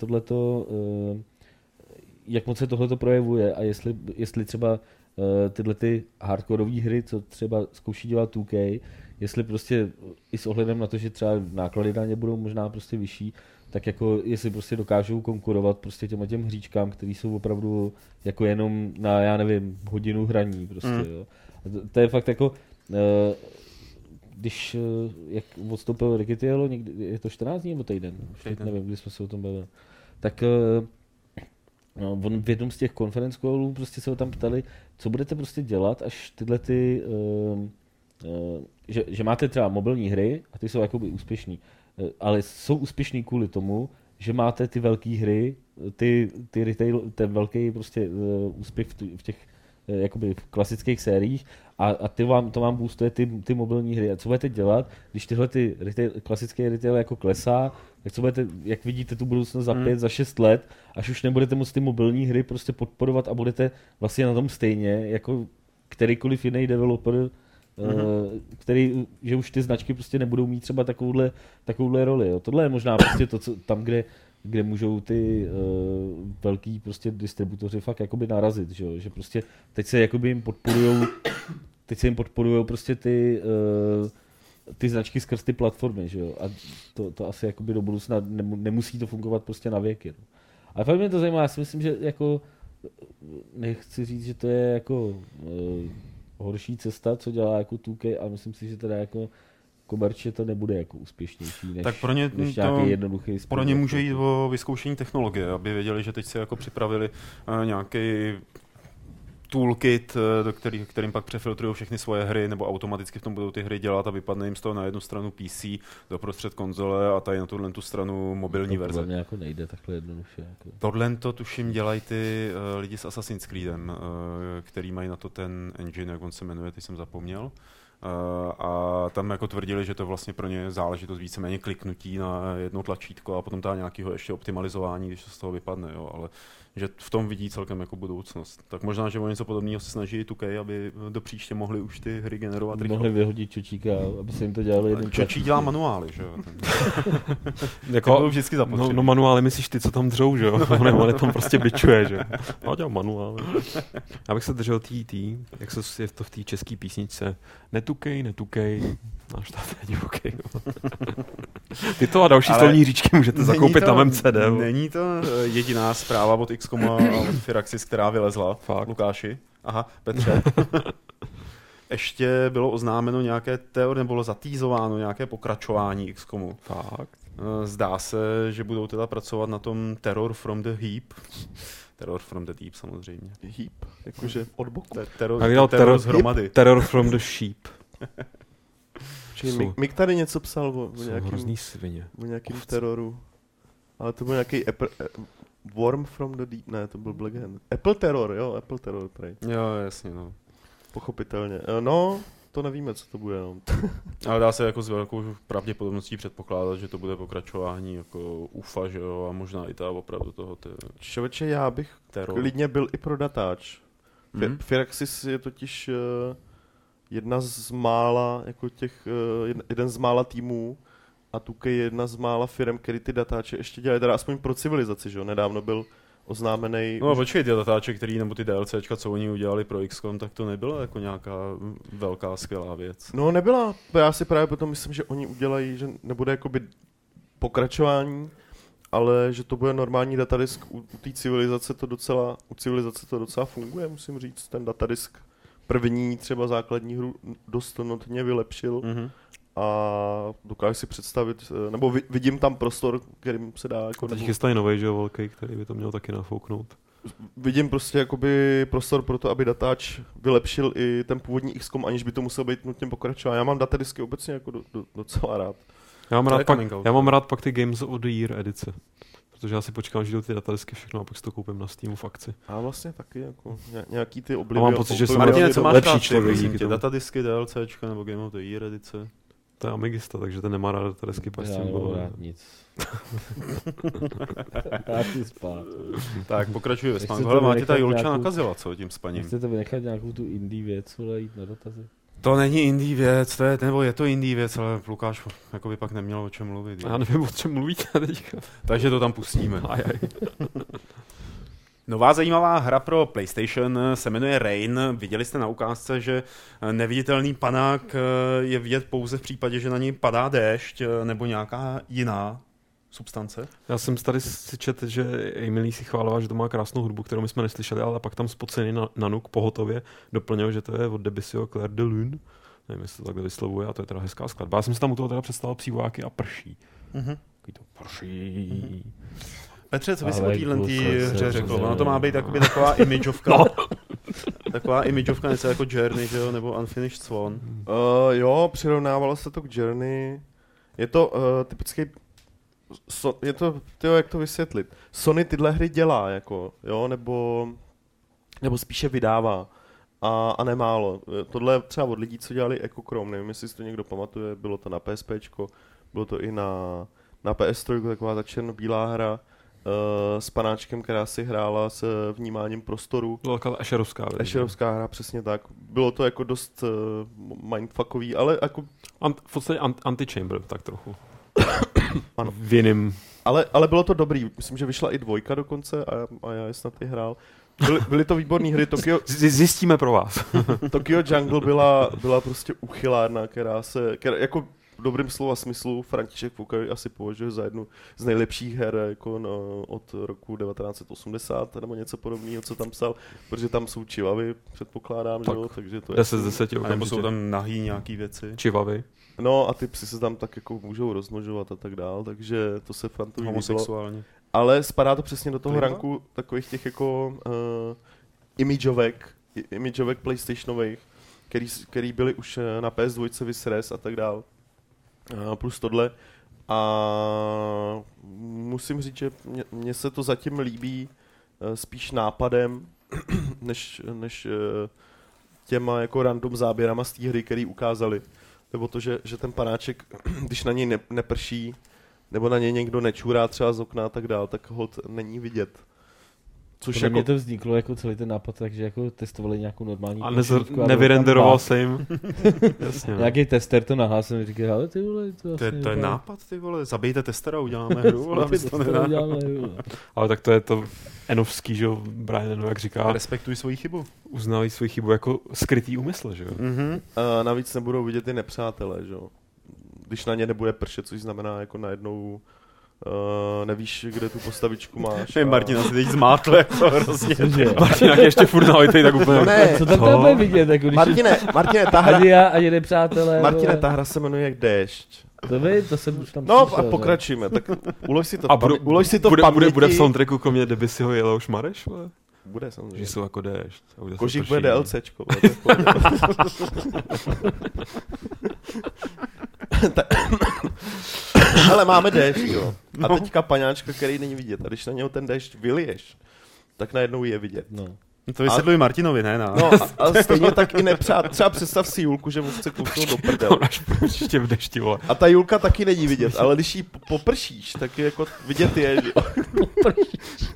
tohleto projevuje a jestli třeba tyhle ty hardcoreové hry, co třeba zkouší dělat 2K, jestli prostě i s ohledem na to, že třeba náklady na ně budou možná prostě vyšší, tak jako jestli prostě dokážou konkurovat prostě těm hříčkám, který jsou opravdu jako jenom na, já nevím, hodinu hraní prostě, jo. To je fakt jako, když jak odstoupil Ricky Tiello, je to 14 dní nebo týden? Nevím, kdy jsme se o tom bavili. Tak on v jednom z těch conference callů prostě se ho tam ptali, co budete prostě dělat, až tyhle ty, že máte třeba mobilní hry a ty jsou jakoby úspěšný, ale jsou úspěšný kvůli tomu, že máte ty velké hry, ty retail, ten velký prostě úspěch v těch jakoby v klasických sériích a to vám boostuje ty mobilní hry. A co budete dělat, když tyhle ty klasické retail jako klesá, tak co budete, jak vidíte tu budoucnost za 5, za 6 let, až už nebudete moct ty mobilní hry prostě podporovat a budete vlastně na tom stejně, jako kterýkoliv jiný developer, který, že už ty značky prostě nebudou mít třeba takovouhle roli. Jo. Tohle je možná prostě to, co, tam, kde můžou ty velký prostě distributoři fakt jakoby narazit, že prostě teď se jakoby jim podporujou prostě ty značky skrz ty platformy, že jo, a to asi jakoby do budoucna nemusí to fungovat prostě na věky. No. Ale fakt mě to zajímá, já si myslím, že jako nechci říct, že to je jako horší cesta, co dělá jako 2K, ale myslím si, že teda jako komerčně to nebude jako úspěšnější než, tak pro ně než nějaký jednoduchý sport. Pro ně může jít o vyzkoušení technologie, aby věděli, že teď si jako připravili nějaký toolkit, kterým pak přefiltrují všechny svoje hry, nebo automaticky v tom budou ty hry dělat a vypadne jim z toho na jednu stranu PC, doprostřed konzole a tady na tu stranu mobilní verze. To jako nejde takhle jednoduše. Jako. Tohle to tuším dělají ty lidi s Assassin's Creedem, který mají na to ten engine, jak on se jmenuje, teď jsem zapomněl. A tam jako tvrdili, že to vlastně pro ně záležitost víceméně kliknutí na jedno tlačítko a potom ta nějakého ještě optimalizování, když to z toho vypadne, jo, ale že v tom vidí celkem jako budoucnost. Tak možná, že o něco podobného se snaží 2K, aby do příště mohli už ty hry generovat rychle. Mohli vyhodit Čočíka, aby se jim to dělali jednou. Čočík dělá manuály, že jo. Jako, vždycky zapotřebí. No manuály myslíš ty, co tam dřou, že jo? On tam prostě bičuje, že jo. No dělám manuály. Já bych se držel tý, jak se je to v té české písničce. Netukej, náš táta je divokej. Ty to a další stolní říčky můžete zakoupit na mém CD. Není to jediná zpráva od XCOMu a od Firaxis, která vylezla. Fakt. Lukáši. Aha, Petře. Ještě bylo oznámeno nějaké teorie, nebo bylo zatýzováno nějaké pokračování XCOMu. Fakt. Zdá se, že budou teda pracovat na tom Terror from the Heap. Terror from the Deep samozřejmě. Heap, jakože od boku. Terror z hromady. Terror from the Sheep. Mik tady něco psal o nějakým teroru. Ale to byl nějaký Worm from the Deep, ne, to byl Black Hand. Apple Terror, tady. Jo, jasně, no. Pochopitelně. No, to nevíme, co to bude, no. Ale dá se jako s velkou pravděpodobností předpokládat, že to bude pokračování jako UFA, že jo, a možná i ta opravdu toho Člověče, já bych klidně byl i pro datáč. Firaxis je totiž jedna z mála, jako jeden z mála týmů a 2K je jedna z mála firm, který ty datáče ještě dělají, teda aspoň pro civilizaci, že jo, nedávno byl oznámený. No a počkej, ty datáče, nebo ty DLCčka, co oni udělali pro XCOM, tak to nebyla jako nějaká velká skvělá věc. No nebyla, já si právě potom myslím, že oni udělají, že nebude jakoby pokračování, ale že to bude normální datadisk u té civilizace, u civilizace to docela funguje, musím říct, ten datadisk první třeba základní hru dost notně vylepšil a dokážu si představit, nebo vidím tam prostor, kterým se dá... Jako, teď chystají novej, že velký, který by to měl taky nafouknout. Vidím prostě jakoby prostor pro to, aby datáč vylepšil i ten původní XCOM, aniž by to musel být nutně pokračovat. Já mám datadisky obecně jako docela rád. Já mám rád pak ty Games of the Year edice. Protože já si počkám, že jdou ty datadisky všechno a pak si to koupím na Steamu v akci. A vlastně taky jako nějaký ty Oblivion. Mám pocit, že jsem Martine, co máš rád ty datadisky, DLCčka nebo Game of the Year edice? To je Amigista, takže ten nemá rád datadisky. Já nemám rád nic. Já si spát. Tak pokračuji ve spánku. Hele, máte ta Julča nakazila, co tím spaním? Chcete vynechat nějakou tu indie věc, jít na dotazy? To není indie věc, je to indie věc, ale Lukáš jako by pak neměl o čem mluvit. Já nevím, o čem mluvíte teďka. Takže to tam pustíme. Nová zajímavá hra pro PlayStation se jmenuje Rain. Viděli jste na ukázce, že neviditelný panák je vidět pouze v případě, že na něj padá déšť nebo nějaká jiná substance? Já jsem tady si četl, že Emily si chválila, že to má krásnou hudbu, kterou my jsme neslyšeli, ale pak tam spocený Nanook pohotově doplnil, že to je od Debussyho Clair de Lune. Nevím, jestli to takhle vyslovuje, a to je teda hezká skladba. Já jsem si tam u toho teda představil přívojáky a prší. Takový to prší. Petře, co bys o téhle hře řekl? Ono to má být taková imageovka. No. Taková imageovka něco jako Journey, že jo? Nebo Unfinished Swan. Jo, přirovnávalo se to k Journey. Je to typický... je to, jak to vysvětlit? Sony tyhle hry dělá, jako, jo? Nebo spíše vydává. A nemálo. Tohle třeba od lidí, co dělali Echochrome, nevím, jestli si to někdo pamatuje, bylo to na PSPčko, bylo to i na PS3, taková ta černobílá hra s panáčkem, která si hrála s vnímáním prostoru. Byla taková Asherovská hra, přesně tak. Bylo to jako dost mindfuckový, ale jako... v podstatě anti-chamber, tak trochu. Ano. V jiným... Ale bylo to dobrý, myslím, že vyšla i 2 dokonce a já snad i hrál. Byly to výborné hry. Zjistíme pro vás. Tokyo Jungle byla prostě uchylárna, která jako v dobrým slova smyslu František Fukaj asi považuje za jednu z nejlepších her jako od roku 1980 nebo něco podobného, co tam psal, protože tam jsou čivavy, předpokládám, tak, jo, takže to je... 10 z 10 a nebo jsou tam nahý nějaký věci. Čivavy. No a ty psy se tam tak jako můžou rozmnožovat a tak dál, takže to se Frantovi homosexuálně. Ale spadá to přesně do toho ranku takových těch jako imageovek PlayStationových, který byly už na PS2 Visres a tak dál. Plus tohle. A musím říct, že mně se to zatím líbí spíš nápadem, než těma jako random záběrama z té hry, který ukázali. Nebo to, že ten panáček, když na něj neprší, nebo na něj někdo nečůrá třeba z okna a tak dál, tak hod není vidět. Což jako... Mně to vzniklo jako celý ten nápad, takže jako testovali nějakou normální... A nevyrenderoval se jim. Jasně, nějaký tester to nahlásil, říká, ale ty vole, to vlastně... To je nápad, ty vole, zabijte testera, uděláme hru, ale abys to nedal. Ale tak to je to enovský, že jo, Brian, jak říká... Respektuj svoji chybu. Uznávají svoji chybu jako skrytý úmysl, že jo. Mm-hmm. Navíc nebudou vidět ty nepřátelé, že jo. Když na ně nebude pršet, což znamená jako najednou nevíš, kde tu postavičku máš. Martina si teď zmátl jako hrozně. Martina je ještě furt nalitej, tak úplně... Ne, co tam bude vidět? Jako Martine, ta hra... Ani já, ani nepřátelé. Martine, ta hra se jmenuje jak Déšť. To jsem už tam no přišel, a pokračujeme, tak ulož si to v paměti. Bude v soundtracku kromě Debussyho Yellow Šmareš? Bude samozřejmě. Že jsou jako déšť. Kožík bude DLCčko. Ale máme déšť, jo. A teďka paňáčka, který není vidět. A když na něho ten déšť vyliješ, tak najednou je vidět. No. To vysvětluji Martinovi, ne? No a stejně tak i nepřát. Třeba představ si Julku, že mu chce kousnout do prdel. Ještě v dešti, vole. A ta Julka taky není vidět, ale když jí popršíš, tak je jako vidět je, že popršíš.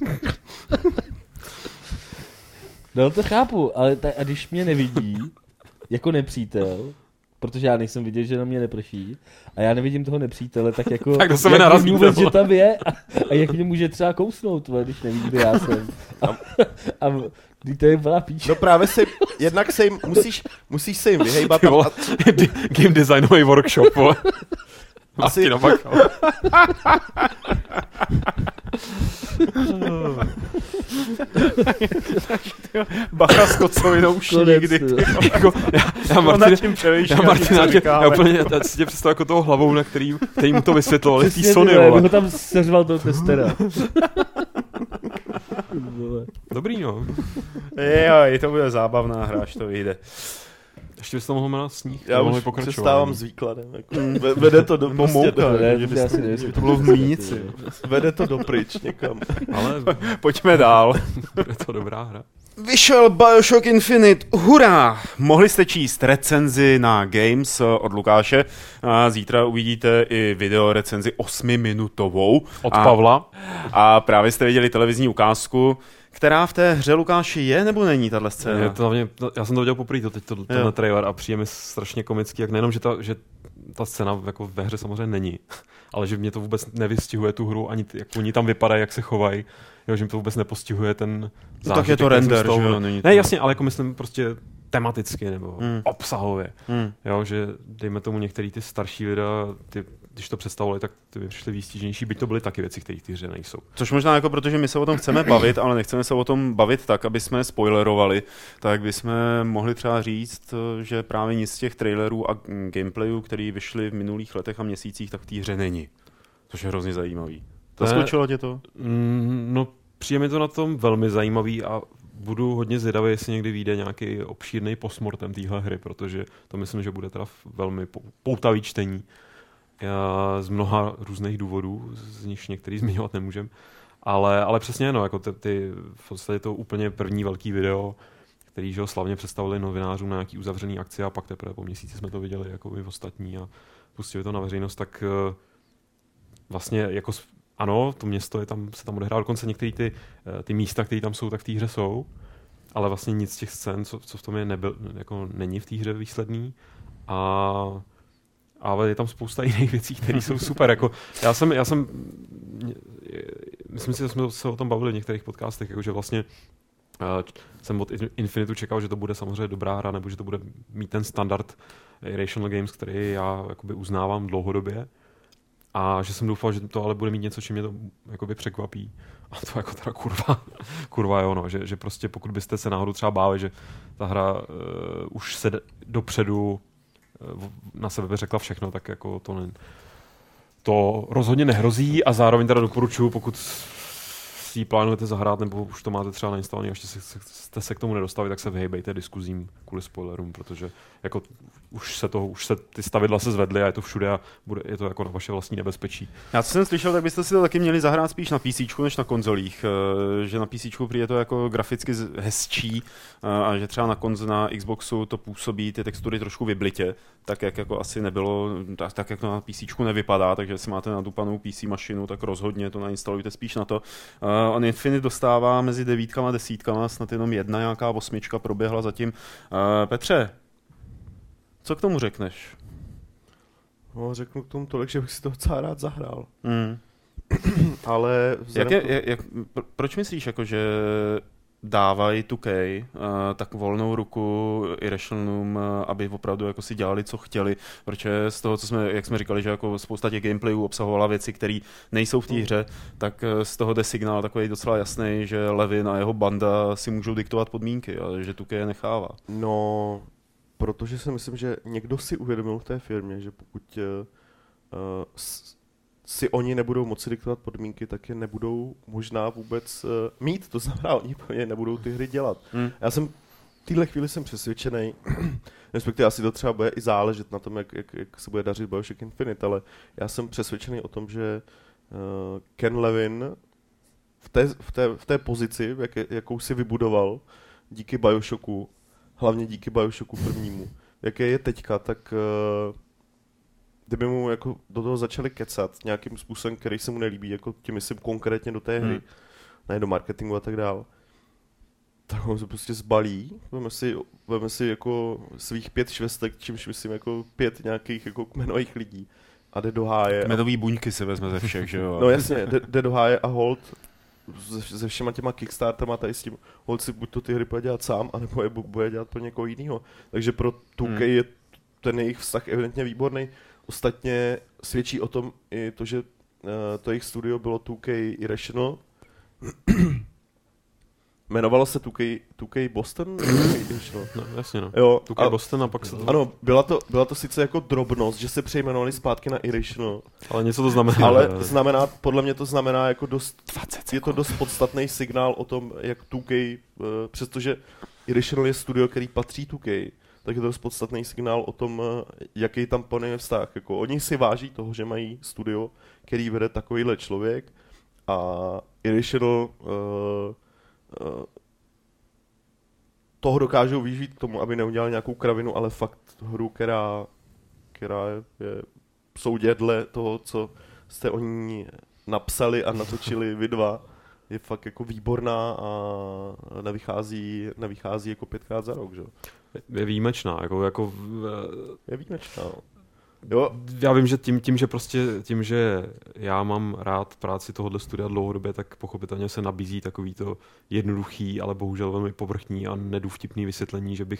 No to chápu, ale a když mě nevidí, jako nepřítel, protože já nejsem vidět, že na mě neprší, a já nevidím toho nepřítele, tak jako... Tak to se mi narazí. Vůbec, že tam je a jak mě může třeba kousnout, když neví, kde já jsem. A to je byla píč. No právě jednak se jim, musíš se jim vyhejbat. Game designový workshop, vole. Asi... Bacha s kocovinou už nikdy. Já Martina, já úplně si tě představu jako toho hlavou, na který mu to vysvětlovali, tý Sony, vole. Bych ho tam seřval toho testera. Dobrý, no. Jo, to bude zábavná hra, až to vyjde. Ještě bys to mohl jmenat sníh. Já už přestávám s výkladem. Jako. Vede to do pomouka. To bylo v Mlínici. Vede to dopryč někam. Ale pojďme dál. Bude to dobrá hra. Vyšel BioShock Infinite, hurá! Mohli jste číst recenzi na Games od Lukáše. Zítra uvidíte i video recenzi 8minutovou. Od Pavla. A právě jste viděli televizní ukázku, která v té hře, Lukáši, je nebo není tahle scéna? Je to hlavně, já jsem to viděl poprvé tenhle trailer a přijde mi strašně komický, jak nejenom, že ta scéna jako ve hře samozřejmě není, ale že mě to vůbec nevystihuje tu hru, ani jak oni tam vypadají, jak se chovají, jo, že mi to vůbec nepostihuje ten zážitek. Tak je to render, že jo? Ne, jasně, ale jako myslím prostě tematicky nebo obsahově. Jo, že dejme tomu některý ty starší videa, když to představovali, tak ty by přišly výstižnější, byť to byly taky věci, které v té hře nejsou. Což možná jako protože my se o tom chceme bavit, ale nechceme se o tom bavit tak, aby jsme spoilerovali, tak bychom mohli třeba říct, že právě nic z těch trailerů a gameplayů, který vyšly v minulých letech a měsících, tak v té hře není. Což je hrozně zajímavý. Zaskočilo tě to? No, přijde mi to na tom velmi zajímavý a budu hodně zvědavý, jestli někdy vyjde nějaký obšírný postmortem téhle hry, protože to myslím, že bude teda velmi poutavý čtení. Z mnoha různých důvodů, z nich některý zmiňovat nemůžem. Ale přesně jako v podstatě to úplně první velký video, který že slavně představili novinářům na nějaký uzavřený akci a pak teprve po měsíci jsme to viděli jako i ostatní a pustili to na veřejnost, tak vlastně jako ano, to město se tam odehrává, dokonce některé ty místa, které tam jsou, tak v té hře jsou, ale vlastně nic z těch scén, co v tom je, jako není v té hře výsledný ale je tam spousta jiných věcí, které jsou super. Jako, já jsem myslím si, že jsme se o tom bavili v některých podcastech, jako, že vlastně jsem od Infinitu čekal, že to bude samozřejmě dobrá hra, nebo že to bude mít ten standard Irrational Games, který já jakoby uznávám dlouhodobě. A že jsem doufal, že to ale bude mít něco, čím mě to jakoby překvapí. A to jako teda kurva je ono, že prostě pokud byste se náhodou třeba báli, že ta hra už se dopředu na sebe řekla všechno, tak jako to rozhodně nehrozí a zároveň teda doporučuji, pokud si ji plánujete zahrát, nebo už to máte třeba nainstalovaný a ještě jste se k tomu nedostali, tak se vyhejbejte diskuzím kvůli spoilerům, protože jako už se ty stavidla se zvedly a je to všude a je to jako na vaše vlastní nebezpečí. Já co jsem slyšel, tak byste si to taky měli zahrát spíš na PCčku než na konzolích, že na PCčku je to jako graficky hezčí a že třeba na Xboxu to působí ty textury trošku vyblitě, tak jak jako asi nebylo, tak jak to na PCčku nevypadá, takže jestli máte nadupanou PC mašinu, tak rozhodně to nainstalujte spíš na to. On Infinite dostává mezi 9 a 10, snad jenom jedna nějaká 8 proběhla zatím. Petře, co k tomu řekneš? No, řeknu k tomu tolik, že bych si to docela rád zahrál. Ale proč myslíš, jako, že dávají 2K tak volnou ruku Irrationalům, aby opravdu jako si dělali, co chtěli, protože z toho, jak jsme říkali, že jako spousta těch gameplayů obsahovala věci, které nejsou v té hře, tak z toho jde signál takový docela jasný, že Levin a jeho banda si můžou diktovat podmínky a že 2K je nechává. No, protože si myslím, že někdo si uvědomil v té firmě, že pokud si oni nebudou moci diktovat podmínky, tak je nebudou možná vůbec mít. To znamená, oni nebudou ty hry dělat. Já jsem v téhle chvíli jsem přesvědčený, respektive asi to třeba bude i záležet na tom, jak se bude dařit BioShock Infinite, ale já jsem přesvědčený o tom, že Ken Levin v té pozici, jakou si vybudoval díky BioShocku, hlavně díky BioShocku prvnímu, jaké je teďka, tak kdyby mu jako do toho začali kecat nějakým způsobem, který se mu nelíbí, jako tím myslím konkrétně do té hry, ne do marketingu a tak dál, tak on se prostě zbalí, veme si jako svých 5 švestek, čímž myslím jako 5 nějakých jako kmenových lidí a jde do háje. Kmenový buňky se vezme ze všech, že jo? No jasně, jde do háje a hold se všema těma Kickstarterama tady s tím, hold si buď to ty hry bude dělat sám, anebo je bude dělat pro někoho jiného. Takže pro 2K je ten jejich vztah evidentně výborný. Ostatně svědčí o tom i to, že to jejich studio bylo 2K Irrational. Jmenovalo se 2K Boston? No, jasně no. Jo, 2K Boston a pak se to... Ano, byla to sice jako drobnost, že se přejmenovali zpátky na Irrational. Ale něco to znamená. Ale podle mě to znamená jako je to dost podstatný signál o tom, jak 2K, přestože Irrational je studio, který patří 2K, tak je to dost podstatný signál o tom, jaký tam panuje vztah. Jako, oni si váží toho, že mají studio, který vede takovýhle člověk a Irrational toho dokážou využít k tomu, aby neudělali nějakou kravinu, ale fakt hru, která v soudě dle toho, co jste oni napsali a natočili vy dva, je fakt jako výborná a nevychází jako 5krát za rok, že? Je výjimečná, je výjimečná. Jo. Já vím, že tím, že já mám rád práci tohohle studia dlouhodobě, tak pochopitelně se nabízí takový to jednoduchý, ale bohužel velmi povrchní a nedůvtipný vysvětlení, že bych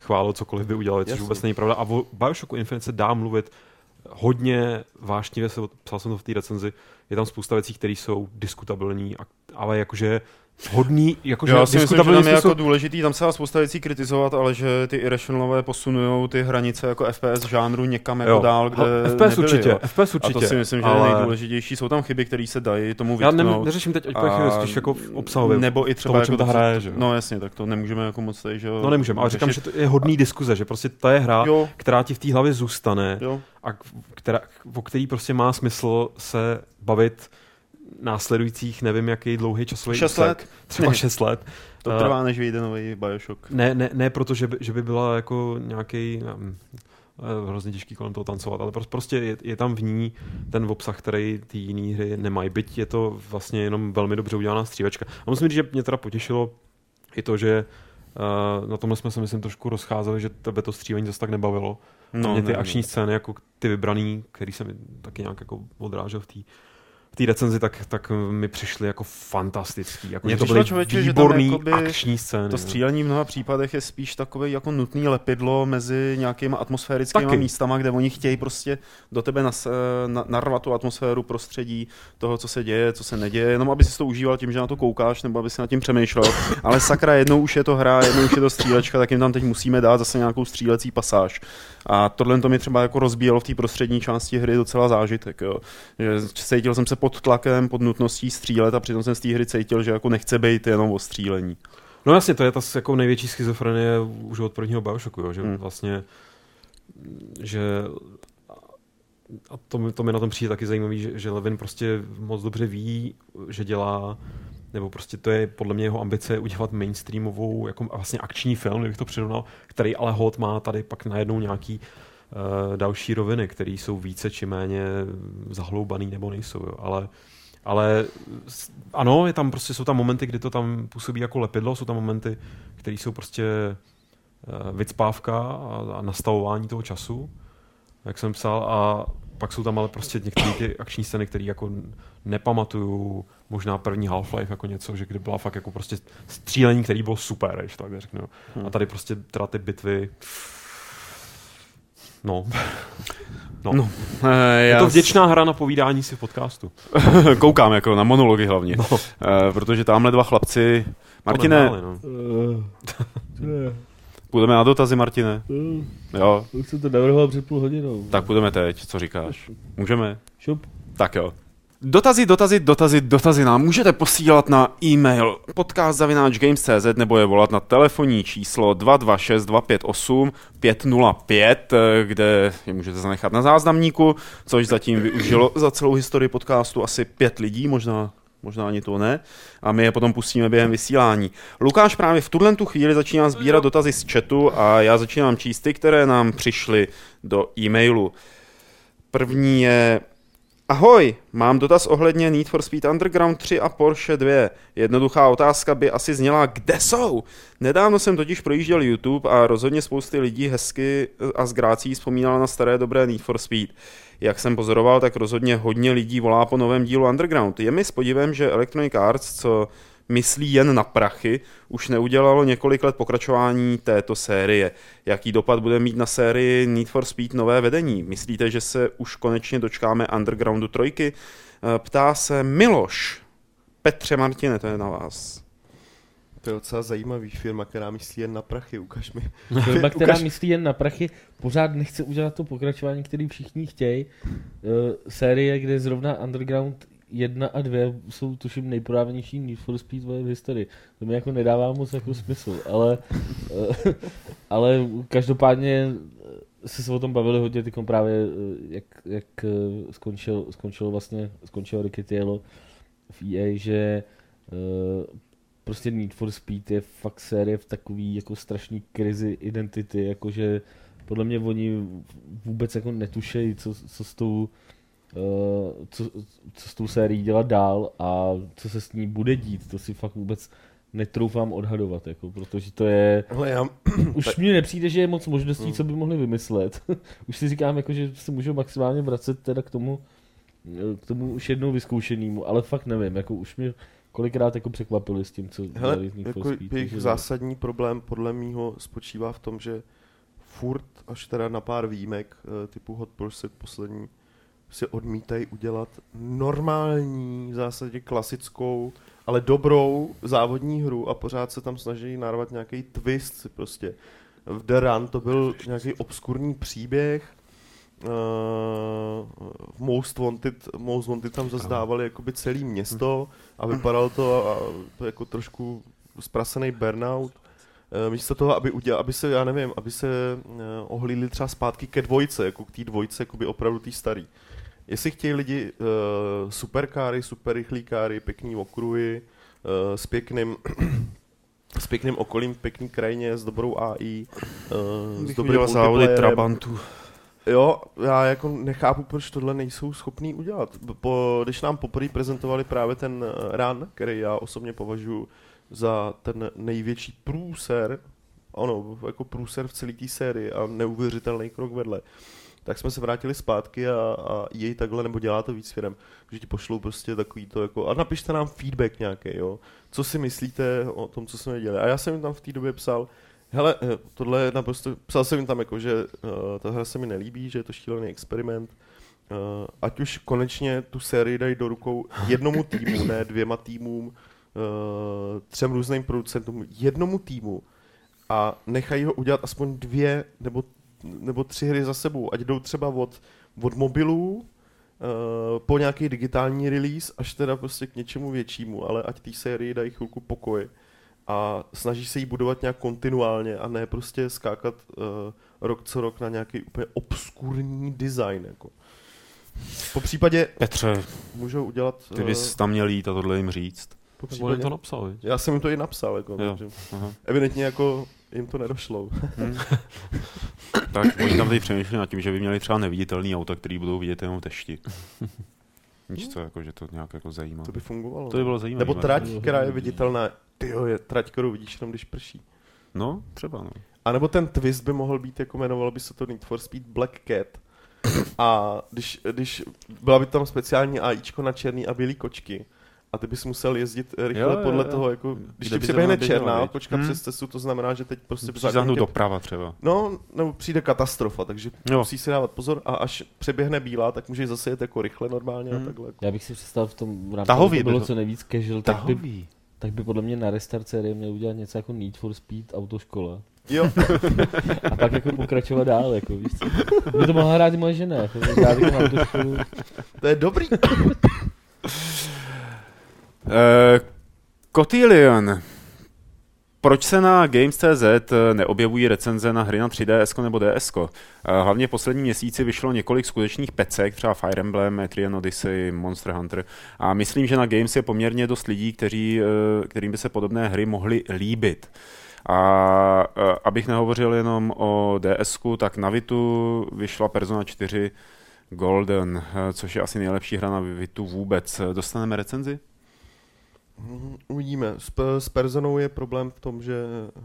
chválil, cokoliv by udělali, což vůbec není pravda. A o BioShocku Infinite se dá mluvit hodně vášnivě, psal jsem to v té recenzi, je tam spousta věcí, které jsou diskutabilní, ale jakože hodný, jakože já si myslím, že tam je jako jsou... důležitý, tam se dá spousta věcí kritizovat, ale že ty Irrationalové posunujou ty hranice jako FPS žánru někam jako dál, kde FPS určitě. A to si myslím, že je nejdůležitější. Jsou tam chyby, které se dají tomu vytknout. Já neřeším teď spíš jako obsahově. Nebo i třeba jako ta hra je, že? No jasně, tak to nemůžeme jako moc tady, že jo. No nemůžeme, ale říkám, že to je hodný diskuze, že prostě to je hra, která ti v té hlavě zůstane a o který prostě má smysl se bavit následujících, nevím jaký dlouhý časový 6 let. Třeba 6 let. To trvá, než vyjde nový BioShock. Ne, proto, že by byla jako nějaký hrozně těžký kolem toho tancovat, ale prostě je tam v ní ten obsah, který ty jiné hry nemají. Byť je to vlastně jenom velmi dobře udělaná střílečka. A musím říct, že mě teda potěšilo i to, že na tomhle jsme se myslím trošku rozcházeli, že tebe to střílení zase tak nebavilo. Mě ty akční scény, jako ty vybraný, který jsem taky nějak jako odrážel v té recenzi, tak mi přišly jako fantastický. Jako, to byly výborný akční scény. To střílení v mnoha případech je spíš takové jako nutný lepidlo mezi nějakýma atmosférickými místama, kde oni chtějí prostě do tebe narvat tu atmosféru, prostředí toho, co se děje, co se neděje, jenom aby si to užíval tím, že na to koukáš, nebo aby si nad tím přemýšlel. Ale sakra, jednou už je to hra, jednou už je to střílečka, tak jim tam teď musíme dát zase nějakou střílecí pasáž. A tohle to mi třeba jako rozbíjelo v té prostřední části hry docela zážitek, jo. Že cítil jsem se pod tlakem, pod nutností střílet a přitom jsem z té hry cítil, že jako nechce být jenom o střílení. No jasně, to je ta jako největší schizofrenie už od prvního BioShocku, jo, že vlastně, že a to mi na tom přijde taky zajímavý, že Levin prostě moc dobře ví, že dělá, nebo prostě to je podle mě jeho ambice udělat mainstreamovou jako vlastně akční film, kdybych to přirovnal, který ale hod má tady pak najednou nějaký další roviny, které jsou více či méně zahloubaný nebo nejsou, jo. Ale ano, je tam prostě, jsou tam momenty, kdy to tam působí jako lepidlo, jsou tam momenty, které jsou prostě vycpávka a nastavování toho času, jak jsem psal, a pak jsou tam ale prostě některé ty akční scény, které jako nepamatuju, možná první Half-Life jako něco, že kdy byla fakt jako prostě střílení, který bylo super, když tak řeknu. A tady prostě teda ty bitvy No. Je to vděčná hra na povídání si v podcastu. Koukám jako na monology hlavně. No. Protože tamhle dva chlapci... Martine... Půjdeme na dotazy, Martine? Jo. Už jsem to navrhoval před půl hodinou. Tak půjdeme teď, co říkáš? Můžeme? Šup. Tak jo. Dotazy nám můžete posílat na e-mail podcast@games.cz nebo je volat na telefonní číslo 226 258 505, kde je můžete zanechat na záznamníku, což zatím využilo za celou historii podcastu asi 5 lidí, možná ani to ne, a my je potom pustíme během vysílání. Lukáš právě v tuto chvíli začíná sbírat dotazy z chatu a já začínám číst ty, které nám přišly do e-mailu. První je: Ahoj, mám dotaz ohledně Need for Speed Underground 3 a Porsche 2. Jednoduchá otázka by asi zněla, kde jsou? Nedávno jsem totiž projížděl YouTube a rozhodně spousty lidí hezky a s grácí vzpomínala na staré dobré Need for Speed. Jak jsem pozoroval, tak rozhodně hodně lidí volá po novém dílu Underground. Je mi s podivem, že Electronic Arts, co myslí jen na prachy, už neudělalo několik let pokračování této série. Jaký dopad bude mít na sérii Need for Speed nové vedení? Myslíte, že se už konečně dočkáme Undergroundu 3? Ptá se Miloš. Petře, Martine, to je na vás. To je docela zajímavý firma, která myslí jen na prachy, ukaž mi. Firma, která myslí jen na prachy, pořád nechce udělat to pokračování, který všichni chtějí. Série, kde zrovna Underground 1 a 2 jsou tuším nejprodávanější Need for Speed v historii. To mi jako nedává moc jako smysl, ale každopádně se o tom bavili hodně, tykom právě jak skončil Ricky Tielo v EA, že prostě Need for Speed je fakt série v takový jako strašný krizi identity, jakože podle mě oni vůbec jako netušejí, co s tou sérií dělat dál a co se s ní bude dít, to si fakt vůbec netroufám odhadovat, jako, protože to je... Už mi nepřijde, že je moc možností, co by mohli vymyslet. Už si říkám, jako, že se můžu maximálně vracet teda k tomu už jednou vyzkoušenému, ale fakt nevím, jako už mi kolikrát jako překvapili s tím, co dělali Need for jako Speed. jejich zásadní problém podle mýho spočívá v tom, že furt, až teda na pár výjimek, typu Hot Pursuit poslední, si odmítají udělat normální, v zásadě klasickou, ale dobrou závodní hru a pořád se tam snaží narvat nějaký twist si prostě. V The Run to byl nějaký obskurní příběh, v Most Wanted tam zazdávali jakoby celý město a vypadalo to jako trošku zprasený burnout. Místo toho, aby se ohlídli třeba zpátky ke dvojce, jako k té dvojce, jakoby opravdu tý starý. Jestli chtějí lidi superkáry, super rychlý káry, pěkný okruhy, s pěkným okolím, pěkný krajině, s dobrou AI, s dobrým závody Trabantů. Jo, já jako nechápu, proč tohle nejsou schopní udělat. Když nám poprvé prezentovali právě ten Run, který já osobně považuji za ten největší průser, jako průser v celé té sérii a neuvěřitelný krok vedle, tak jsme se vrátili zpátky a jej takhle, nebo dělá to víc firem, že ti pošlou prostě takový to jako, a napište nám feedback nějaký, jo, co si myslíte o tom, co jsme dělali. A já jsem jim tam v té době psal, hele, tohle je naprosto, psal jsem jim tam jako, že ta hra se mi nelíbí, že je to šílený experiment, ať už konečně tu sérii dají do rukou jednomu týmu, ne 2 týmům, 3 různým producentům, jednomu týmu a nechají ho udělat aspoň 2 nebo 3 hry za sebou, ať jdou třeba od mobilů po nějaký digitální release až teda prostě k něčemu většímu, ale ať té sérii dají chvilku pokoj a snaží se jí budovat nějak kontinuálně a ne prostě skákat rok co rok na nějaký úplně obskurní design. Jako. Po případě Petře, můžou udělat... ty bys tam měl jít a tohle jim říct. Po Tak on jim to napsal, viď? Já jsem jim to i napsal, jako, evidentně jako jim to nedošlo. Tak oni tam teď přemýšleli nad tím, že by měli třeba neviditelný auta, který budou vidět jenom tešti. Víš co, jako, že to nějak jako zajímá. To by fungovalo. To by bylo zajímavé. Nebo trať, která je viditelná. Tyjo, je trať, kterou vidíš jenom, když prší. No, třeba, no. A nebo ten twist by mohl být, jako jmenovalo by se to Need for Speed Black Cat. A když byla by tam speciální AIčko na černý a bílý kočky, a ty bys musel jezdit rychle podle toho, jako, když ti přiběhne černá kočka přes cestu, to znamená, že teď prostě... Zahnu doprava třeba. No, nebo přijde katastrofa, takže musíš si dávat pozor a až přeběhne bílá, tak můžeš zase jet jako rychle normálně a takhle. Jako. Já bych si představil v tom rámci, Tahový to bylo co nejvíc casual, Tahový. tak by podle mě na restart série měl udělat něco jako Need for Speed autoškola. Jo. A pak jako pokračovat dál, jako víš co. By to mohla hrát i moje žena, jako hrát jako autoškolu. To je dobrý. Cotillion. Proč se na Games.cz neobjevují recenze na hry na 3DS nebo DS? Hlavně v posledním měsíci vyšlo několik skutečných pecek, třeba Fire Emblem, Etrian Odyssey, Monster Hunter. A myslím, že na Games je poměrně dost lidí, kterým by se podobné hry mohly líbit. A abych nehovořil jenom o DSku, tak na Vitu vyšla Persona 4 Golden, což je asi nejlepší hra na Vitu vůbec. Dostaneme recenzi? Uvidíme. S Personou je problém v tom, že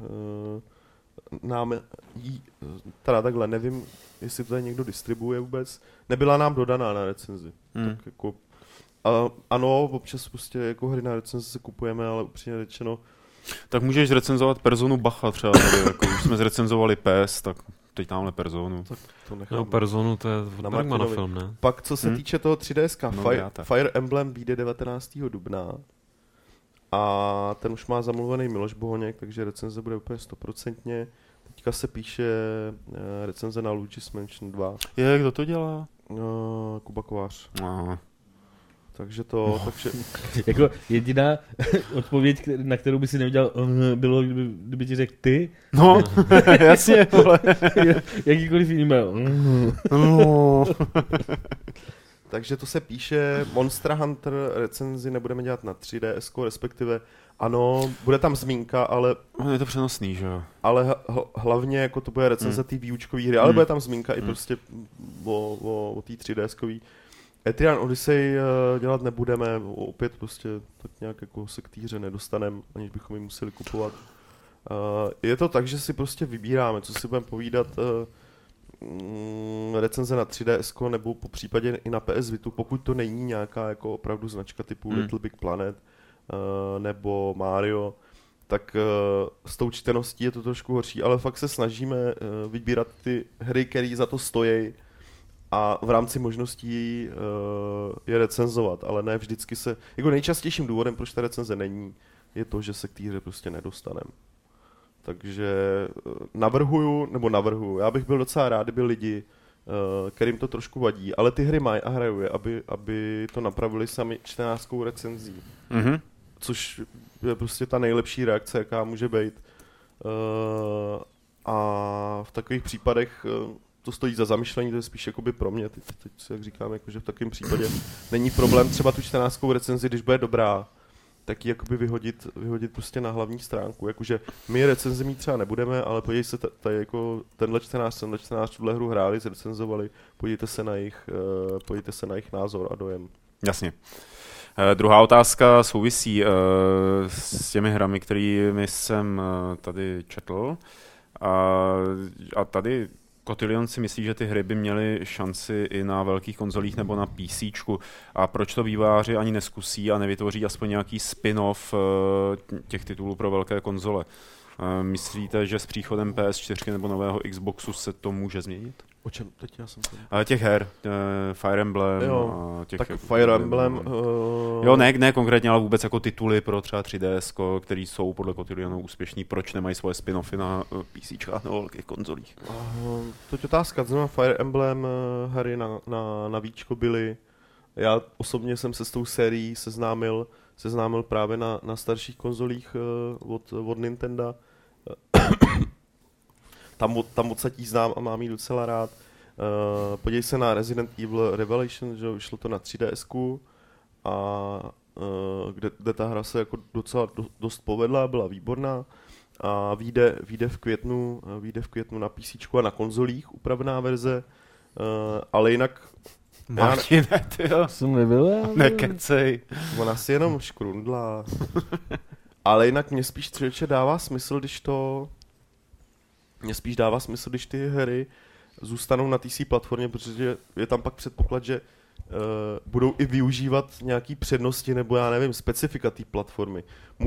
nám teda takhle, nevím, jestli to tady někdo distribuuje vůbec, nebyla nám dodaná na recenzi. Tak jako, ano, občas prostě jako hry na recenzi se kupujeme, ale upřímně řečeno. Tak můžeš zrecenzovat Personu Bacha třeba tady, jako už jsme zrecenzovali PES, tak teď tamhle Personu. Tak to nechám. No, Personu, to je na Bergmana film, ne? Pak co se týče toho 3DSka, Fire Emblem vyjde 19. dubna. A ten už má zamluvený Miloš Bohoněk, takže recenze bude úplně 100%. Teďka se píše recenze na Luigi's Mansion 2. Kdo to dělá? Kuba Kovář. No. Takže to... Takže... Jako jediná odpověď, na kterou by si neudělal, bylo, kdyby ti řekl ty. No, jasně. Jakýkoliv e-mail. Takže to se píše, Monster Hunter recenzi nebudeme dělat na 3DS, respektive ano, bude tam zmínka, ale... Je to přenosný, že jo? Ale hlavně jako to bude recenze té výučkové hry, ale bude tam zmínka i prostě o té 3DS-kový. Etrian Odyssey dělat nebudeme, opět prostě tak nějak jako se k té hře nedostaneme, aniž bychom ji museli kupovat. Je to tak, že si prostě vybíráme, co si budeme povídat, recenze na 3DS nebo po případě i na PS Vitu, pokud to není nějaká jako opravdu značka typu Little Big Planet, nebo Mario, tak s tou čteností je to trošku horší, ale fakt se snažíme vybírat ty hry, které za to stojí a v rámci možností je recenzovat, ale ne vždycky se, jako nejčastějším důvodem, proč ta recenze není, je to, že se k té hře prostě nedostaneme. Takže navrhuju, já bych byl docela rád, kdyby lidi, kterým to trošku vadí, ale ty hry mají a hrajou je, aby to napravili sami 14 recenzí. Mm-hmm. Což je prostě ta nejlepší reakce, jaká může být. A v takových případech to stojí za zamyšlení, to je spíš jakoby pro mě, teď jak říkám, jakože v takovém případě není problém třeba tu 14 recenzi, když bude dobrá, tak ji jakoby vyhodit prostě na hlavní stránku. Jakože my recenzi mít třeba nebudeme, ale podívej se, tady jako tenhle 14 tuhle hru hráli, zrecenzovali, podívejte se na jejich názor a dojem. Jasně. Druhá otázka souvisí s těmi hrami, kterými jsem tady četl. A tady Cotillion si myslí, že ty hry by měly šanci i na velkých konzolích nebo na PCčku. A proč to vývojáři ani neskusí a nevytvoří aspoň nějaký spin-off těch titulů pro velké konzole? Myslíte, že s příchodem PS4 nebo nového Xboxu se to může změnit? O čem teď já jsem to... Těch her, Fire Emblem jo, a těch... Tak Fire Emblem... Jo, ne konkrétně, ale vůbec jako tituly pro třeba 3DS, který jsou podle Cotillionu úspěšní, proč nemají svoje spin-offy na PCčkách nebo velkých konzolích? To je otázka, znamená Fire Emblem hry na víčko byly. Já osobně jsem se s tou sérií seznámil právě na starších konzolích od Nintendo. Tam odsaď znám a mám ji docela rád. Podívej se na Resident Evil Revelation, že vyšlo to na 3DSku a kde ta hra se jako docela dost povedla, byla výborná a vyjde v květnu na PCčku a na konzolích upravená verze, ale jinak... Martine, tyjo. Jsem nebyl já? Nekecej. Ona si jenom škrundla. Ale jinak mě spíš dává smysl, když ty hry zůstanou na TC platformě, protože je tam pak předpoklad, že budou i využívat nějaký přednosti nebo já nevím, specifika té platformy.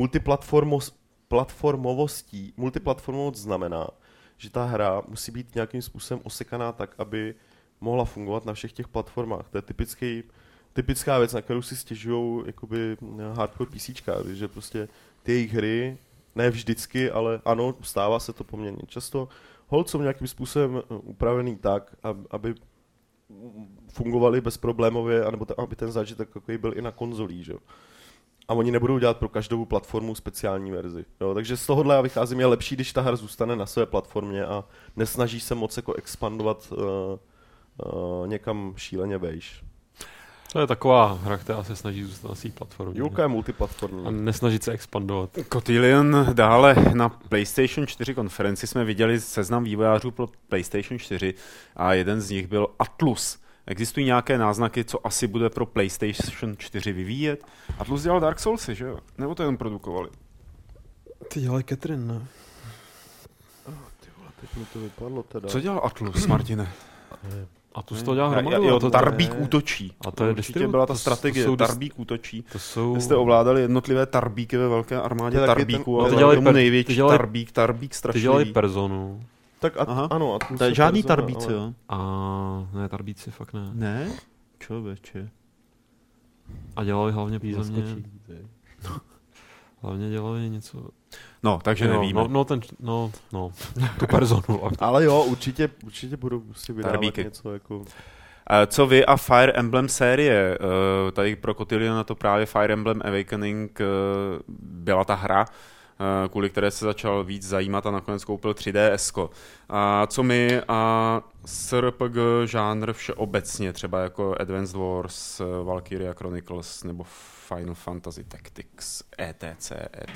Multiplatformovost znamená, že ta hra musí být nějakým způsobem osekaná tak, aby mohla fungovat na všech těch platformách. To je typická věc, na kterou si stěžujou jakoby hardcore PCčkáři, že prostě ty jejich hry, ne vždycky, ale ano, stává se to poměrně často, holt jsou nějakým způsobem upravený tak, aby fungovaly bezproblémově, anebo aby ten zážitek takový byl i na konzolí, že? A oni nebudou dělat pro každou platformu speciální verzi. Jo? Takže z tohohle já vycházím, je lepší, když ta hra zůstane na své platformě a nesnaží se moc jako expandovat někam šíleně vejš. To je taková hra, která se snaží zůstat na svých platformě. Julka je multiplatformní. A nesnažit se expandovat. Cotillion dále na PlayStation 4 konferenci jsme viděli seznam vývojářů pro PlayStation 4 a jeden z nich byl Atlus. Existují nějaké náznaky, co asi bude pro PlayStation 4 vyvíjet? Atlus dělal Dark Soulsy, že jo? Nebo to jenom produkovali? Ty dělají Catherine, ne? Ty vole, teď mi to vypadlo teda. Co dělal Atlus, Martine? Atlus to dělá hromadu. Jo, Tarbík útočí. A to je určitě byla ta strategie, Tarbík útočí. To jsou... Vy jste ovládali jednotlivé Tarbíky ve velké armádě Tarbíků, ale tomu největší Tarbík strašlivý. Ty dělají Personu. Tak ano, Atlus to je žádný Tarbíci, jo? Ne, Tarbíci fakt ne. Ne? Člověče. A dělali hlavně písemně. Hlavně dělali něco... No, takže nevíme. Tu Personu. Ale jo, určitě budou si vydávat Tarbíky. Něco jako... Co vy a Fire Emblem série? Tady pro Cotillion na to právě Fire Emblem Awakening byla ta hra, kvůli které se začal víc zajímat a nakonec koupil 3DS. A co my a SRPG žánr všeobecně, třeba jako Advanced Wars, Valkyria Chronicles nebo Final Fantasy Tactics, etc.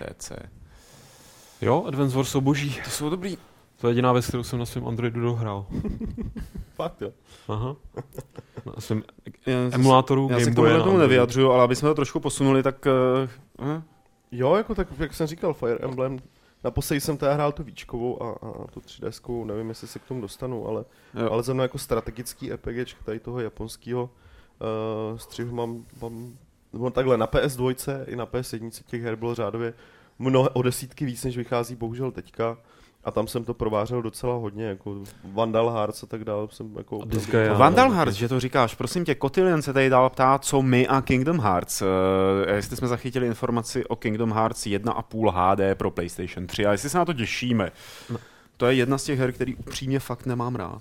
Jo, Advanced Wars jsou boží. To jsou dobrý. To je jediná věc, kterou jsem na svém Androidu dohrál. Fakt jo. Aha. Na svém emulátoru já se k tomu nevyjadřuju, ale aby jsme to trošku posunuli, tak... Jo, jako tak, jak jsem říkal, Fire Emblem, naposledy jsem teda hrál tu víčkovou a tu 3Dskou, nevím, jestli se k tomu dostanu, ale za mnou jako strategický RPGčk tady toho japonského střihu mám takhle, na PS2 i na PS1 těch her bylo řádově o desítky víc, než vychází bohužel teďka. A tam jsem to provářel docela hodně, jako Vandal Hearts a tak dále. Vandal Hearts, že to říkáš. Prosím tě, Kotylian se tady dál ptá, co my a Kingdom Hearts. Jestli jsme zachytili informaci o Kingdom Hearts 1,5 HD pro PlayStation 3 a jestli se na to těšíme. No. To je jedna z těch her, který upřímně fakt nemám rád.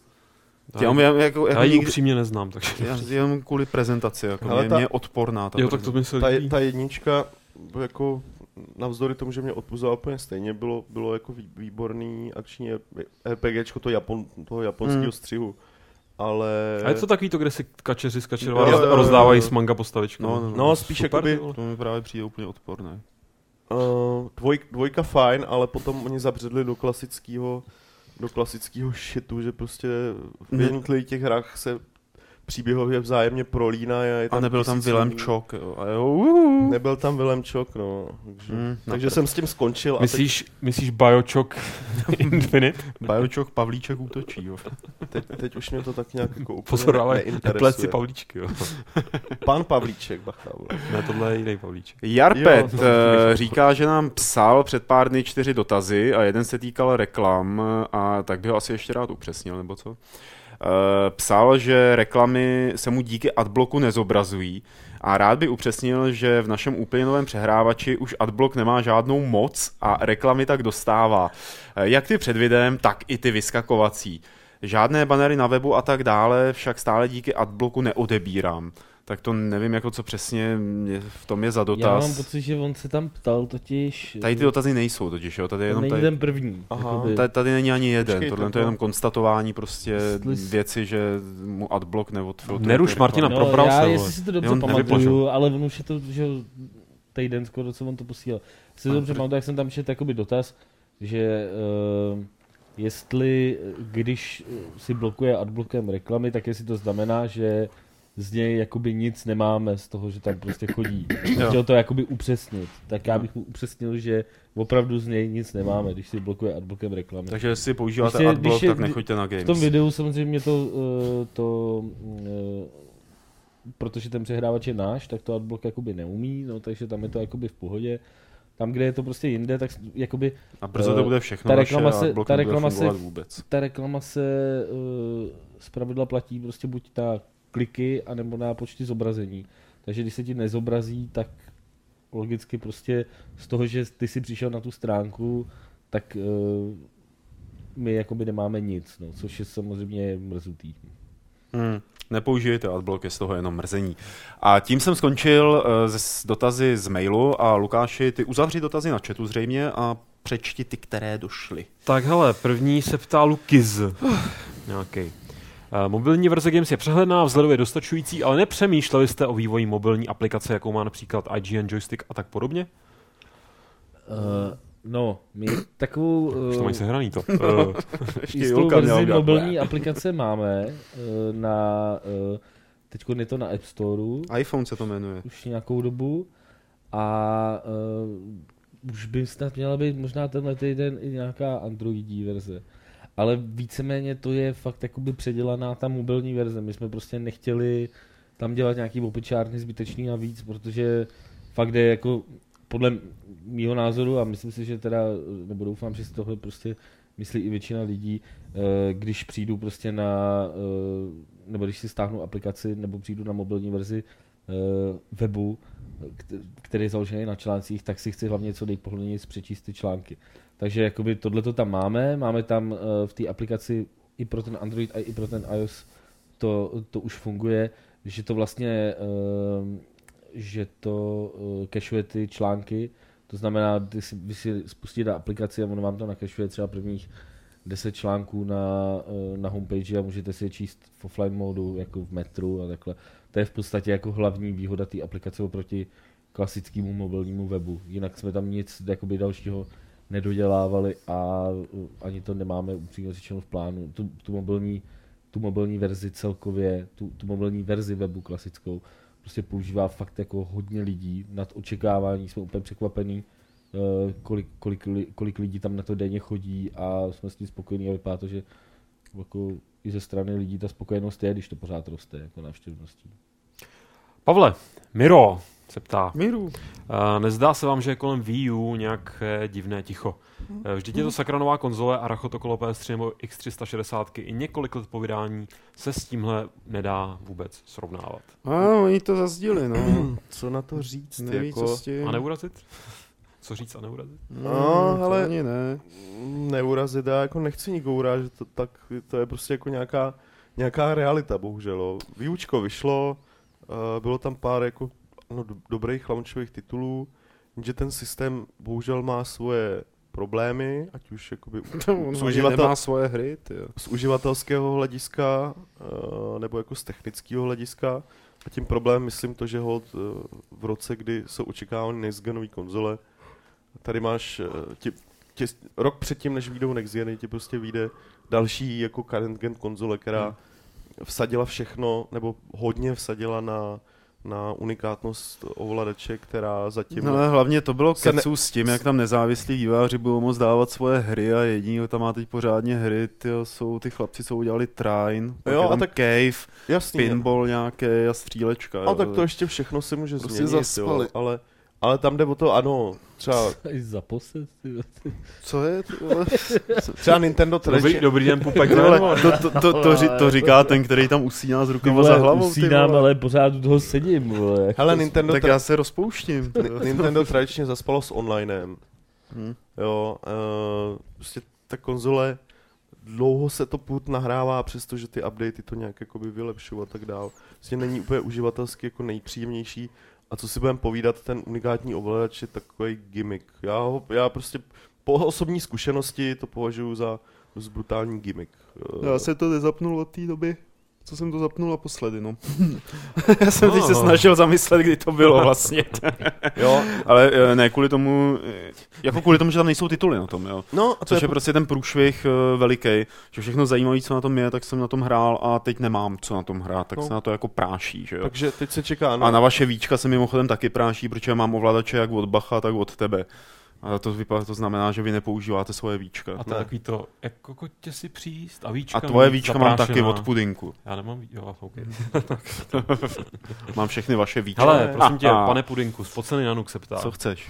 Já ji upřímně neznám. Takže jenom kvůli prezentaci, jako mě je odporná. Tak to mi se líbí. Ta jednička, jako navzdory tomu, že mě odpuzoval úplně stejně, bylo jako výborný akční RPGčko toho japonského střihu. Ale... A je to takový to, kde si kačeři rozdávají s manga postavičkami. No, spíš jakoby... To mi právě přijde úplně odporné. Dvojka fajn, ale potom oni zabředli do klasického shitu, že prostě v jednotlivých těch hrách se příběhově vzájemně prolíná. A nebyl tam Willem Čok, jo. Nebyl tam Willem Čok, no. Takže jsem s tím skončil. Myslíš Bioshock Infinite? Bioshock Pavlíček útočí, jo. Teď už mě to tak nějak jako úplně Pozor, ale neinteresuje. pleci Pavlíčky, jo. Pan Pavlíček, bacha. Ne, tohle je jiný Pavlíček. Jarpet říká, že nám psal před pár dny 4 dotazy a jeden se týkal reklam a tak by ho asi ještě rád upřesnil, nebo co? Psal, že reklamy se mu díky adblocku nezobrazují a rád by upřesnil, že v našem úplně novém přehrávači už adblock nemá žádnou moc a reklamy tak dostává. Jak ty před videem, tak i ty vyskakovací. Žádné banery na webu a tak dále však stále díky adblocku neodebírám. Tak to nevím, jako co přesně v tom je za dotaz. Já mám pocit, že on se tam ptal totiž... Tady ty dotazy nejsou totiž, jo? Tady je jenom ten první. Tady není ani jeden, tohle to je jenom konstatování prostě věci, že mu adblock neodfiltruje. Neruš Martina, probral se. Jestli si to dobře pamatuju, ale on už je to, že týden skoro, co on to posílal. Jestli to dobře pamatuju, jak jsem tam četl jakoby dotaz, že jestli, když si blokuje adblockem reklamy, tak jestli to znamená, že z něj jakoby nic nemáme z toho, že tam prostě chodí. Chtěl to jakoby upřesnit. Tak já bych mu upřesnil, že opravdu z něj nic nemáme, když si blokuje adblockem reklamy. Takže jestli používáte adblock, tak nechoďte na games. V tom videu samozřejmě protože ten přehrávač je náš, tak to adblock jakoby neumí, no, takže tam je to jakoby v pohodě. Tam, kde je to prostě jinde, tak jakoby... A brzo to bude všechno ta reklama se zpravidla platí prostě buď ta kliky, anebo na počty zobrazení. Takže když se ti nezobrazí, tak logicky prostě z toho, že ty si přišel na tu stránku, tak my jakoby nemáme nic, no, což je samozřejmě mrzutý. Nepoužijte adblock, je z toho jenom mrzení. A tím jsem skončil s dotazy z mailu a Lukáši, ty uzavři dotazy na chatu zřejmě a přečti ty, které došly. Tak hele, první se ptá Lukiz. Nějaký. Mobilní verze Games je přehledná, vzhledově dostačující, ale nepřemýšleli jste o vývoji mobilní aplikace, jakou má například IGN Joystick a tak podobně? No, my takovou... Už to mají sehraný to. Jistou verzi mobilní aplikace máme teďko je to na App Storeu. iPhone se to jmenuje. Už nějakou dobu a už by snad měla být možná tenhle týden i nějaká Androidí verze. Ale víceméně to je fakt jakoby předělaná ta mobilní verze. My jsme prostě nechtěli tam dělat nějaký opičárny zbytečný a víc, protože fakt je jako podle mýho názoru a myslím si, že teda, nebo doufám, že si tohle prostě myslí i většina lidí, když přijdu prostě nebo když si stáhnu aplikaci nebo přijdu na mobilní verzi webu, který je založený na článcích, tak si chci hlavně co nejpohodlněji přečíst ty články. Takže jakoby tohleto tam máme tam v té aplikaci i pro ten Android a i pro ten iOS to už funguje, že to vlastně cacheuje ty články, to znamená, vy si spustíte aplikaci a ono vám to nacacheuje třeba prvních 10 článků na homepage a můžete si je číst v offline modu, jako v metru a takhle. To je v podstatě jako hlavní výhoda té aplikace oproti klasickému mobilnímu webu. Jinak jsme tam nic jakoby dalšího nedodělávali a ani to nemáme upřímně řečeno v plánu. Tu mobilní verzi celkově, tu mobilní verzi webu klasickou prostě používá fakt jako hodně lidí. Nad očekávání jsme úplně překvapení, kolik lidí tam na to denně chodí a jsme s tím spokojení a vypadá to, že jako i ze strany lidí ta spokojenost je, když to pořád roste jako návštěvností. Pavle, Miro se ptá. Míru. Nezdá se vám, že je kolem Wii U nějak divné ticho? Vždyť je to sakra nová konzole a rachot okolo PS3 nebo X360 i několik let povídání se s tímhle nedá vůbec srovnávat. Oni to zazdili, no. Co na to říct? Neví, jako... co s tím. A neurazit? Co říct a neurazit? No, to ale ani ne. neurazit, já jako nechci nikoho urážet, to je prostě jako nějaká realita, bohužel. Jo. Výučko vyšlo, bylo tam pár jako dobrých launchových titulů, že ten systém bohužel má svoje problémy, ať už jakoby nemá svoje hry, tyjo. Z uživatelského hlediska nebo jako z technického hlediska. A tím problém myslím to, že v roce, kdy jsou očekávány next genové konzole, tady máš rok předtím, než vyjdou next geny, ti prostě vyjde další jako current gen konzole, která vsadila všechno, nebo hodně vsadila na unikátnost ovladače, která zatím... No ale hlavně to bylo keců s tím, jak tam nezávislí vývojáři budou moct dávat svoje hry a jediný, kdo tam má teď pořádně hry, jsou ty chlapci, co udělali Trine, pak je tam Cave, jasný, pinball nějaký a střílečka. A tak to ještě všechno se může prostě změnit, jo, ale tam jde o to, ano, třeba... Za posed, Co je? Třeba Nintendo tradičně... Dobrý den, Pupek. To říká ten, který tam usíná s rukama za hlavou. Usínám, ale pořád u toho sedím. Vole. Hele, Nintendo... Tak já se rozpouštím. Nintendo tradičně zaspalo s onlinem. Jo, prostě ta konzole... Dlouho se to půd nahrává, přestože ty updaty to nějak jakoby vylepšují a tak dál. Prostě není úplně uživatelsky jako nejpříjemnější. A co si budeme povídat, ten unikátní ovladač je takový gimmick. Já prostě po osobní zkušenosti to považuji za brutální gimmick. Já se to nezapnul od té doby, co jsem to zapnul naposledy, no. Já jsem teď se snažil zamyslet, kdy to bylo vlastně. Jo. Ale ne kvůli tomu, jako kvůli tomu, že tam nejsou tituly na tom, jo. No, a což je prostě ten průšvih veliký, že všechno zajímavé, co na tom je, tak jsem na tom hrál a teď nemám co na tom hrát, tak se na to jako práší, že jo. Takže teď se čeká. A na vaše víčka se mimochodem taky práší, protože mám ovladače jak od Bacha, tak od tebe. A to znamená, že vy nepoužíváte svoje víčka. A to je takový to, jako kotě si přijít a víčka. A tvoje víčka mám taky od Pudinku. Já nemám víčka, okay. Mám všechny vaše víčka. Hele, prosím tě, pane Pudinku, spocený Nanuk se ptá. Co chceš?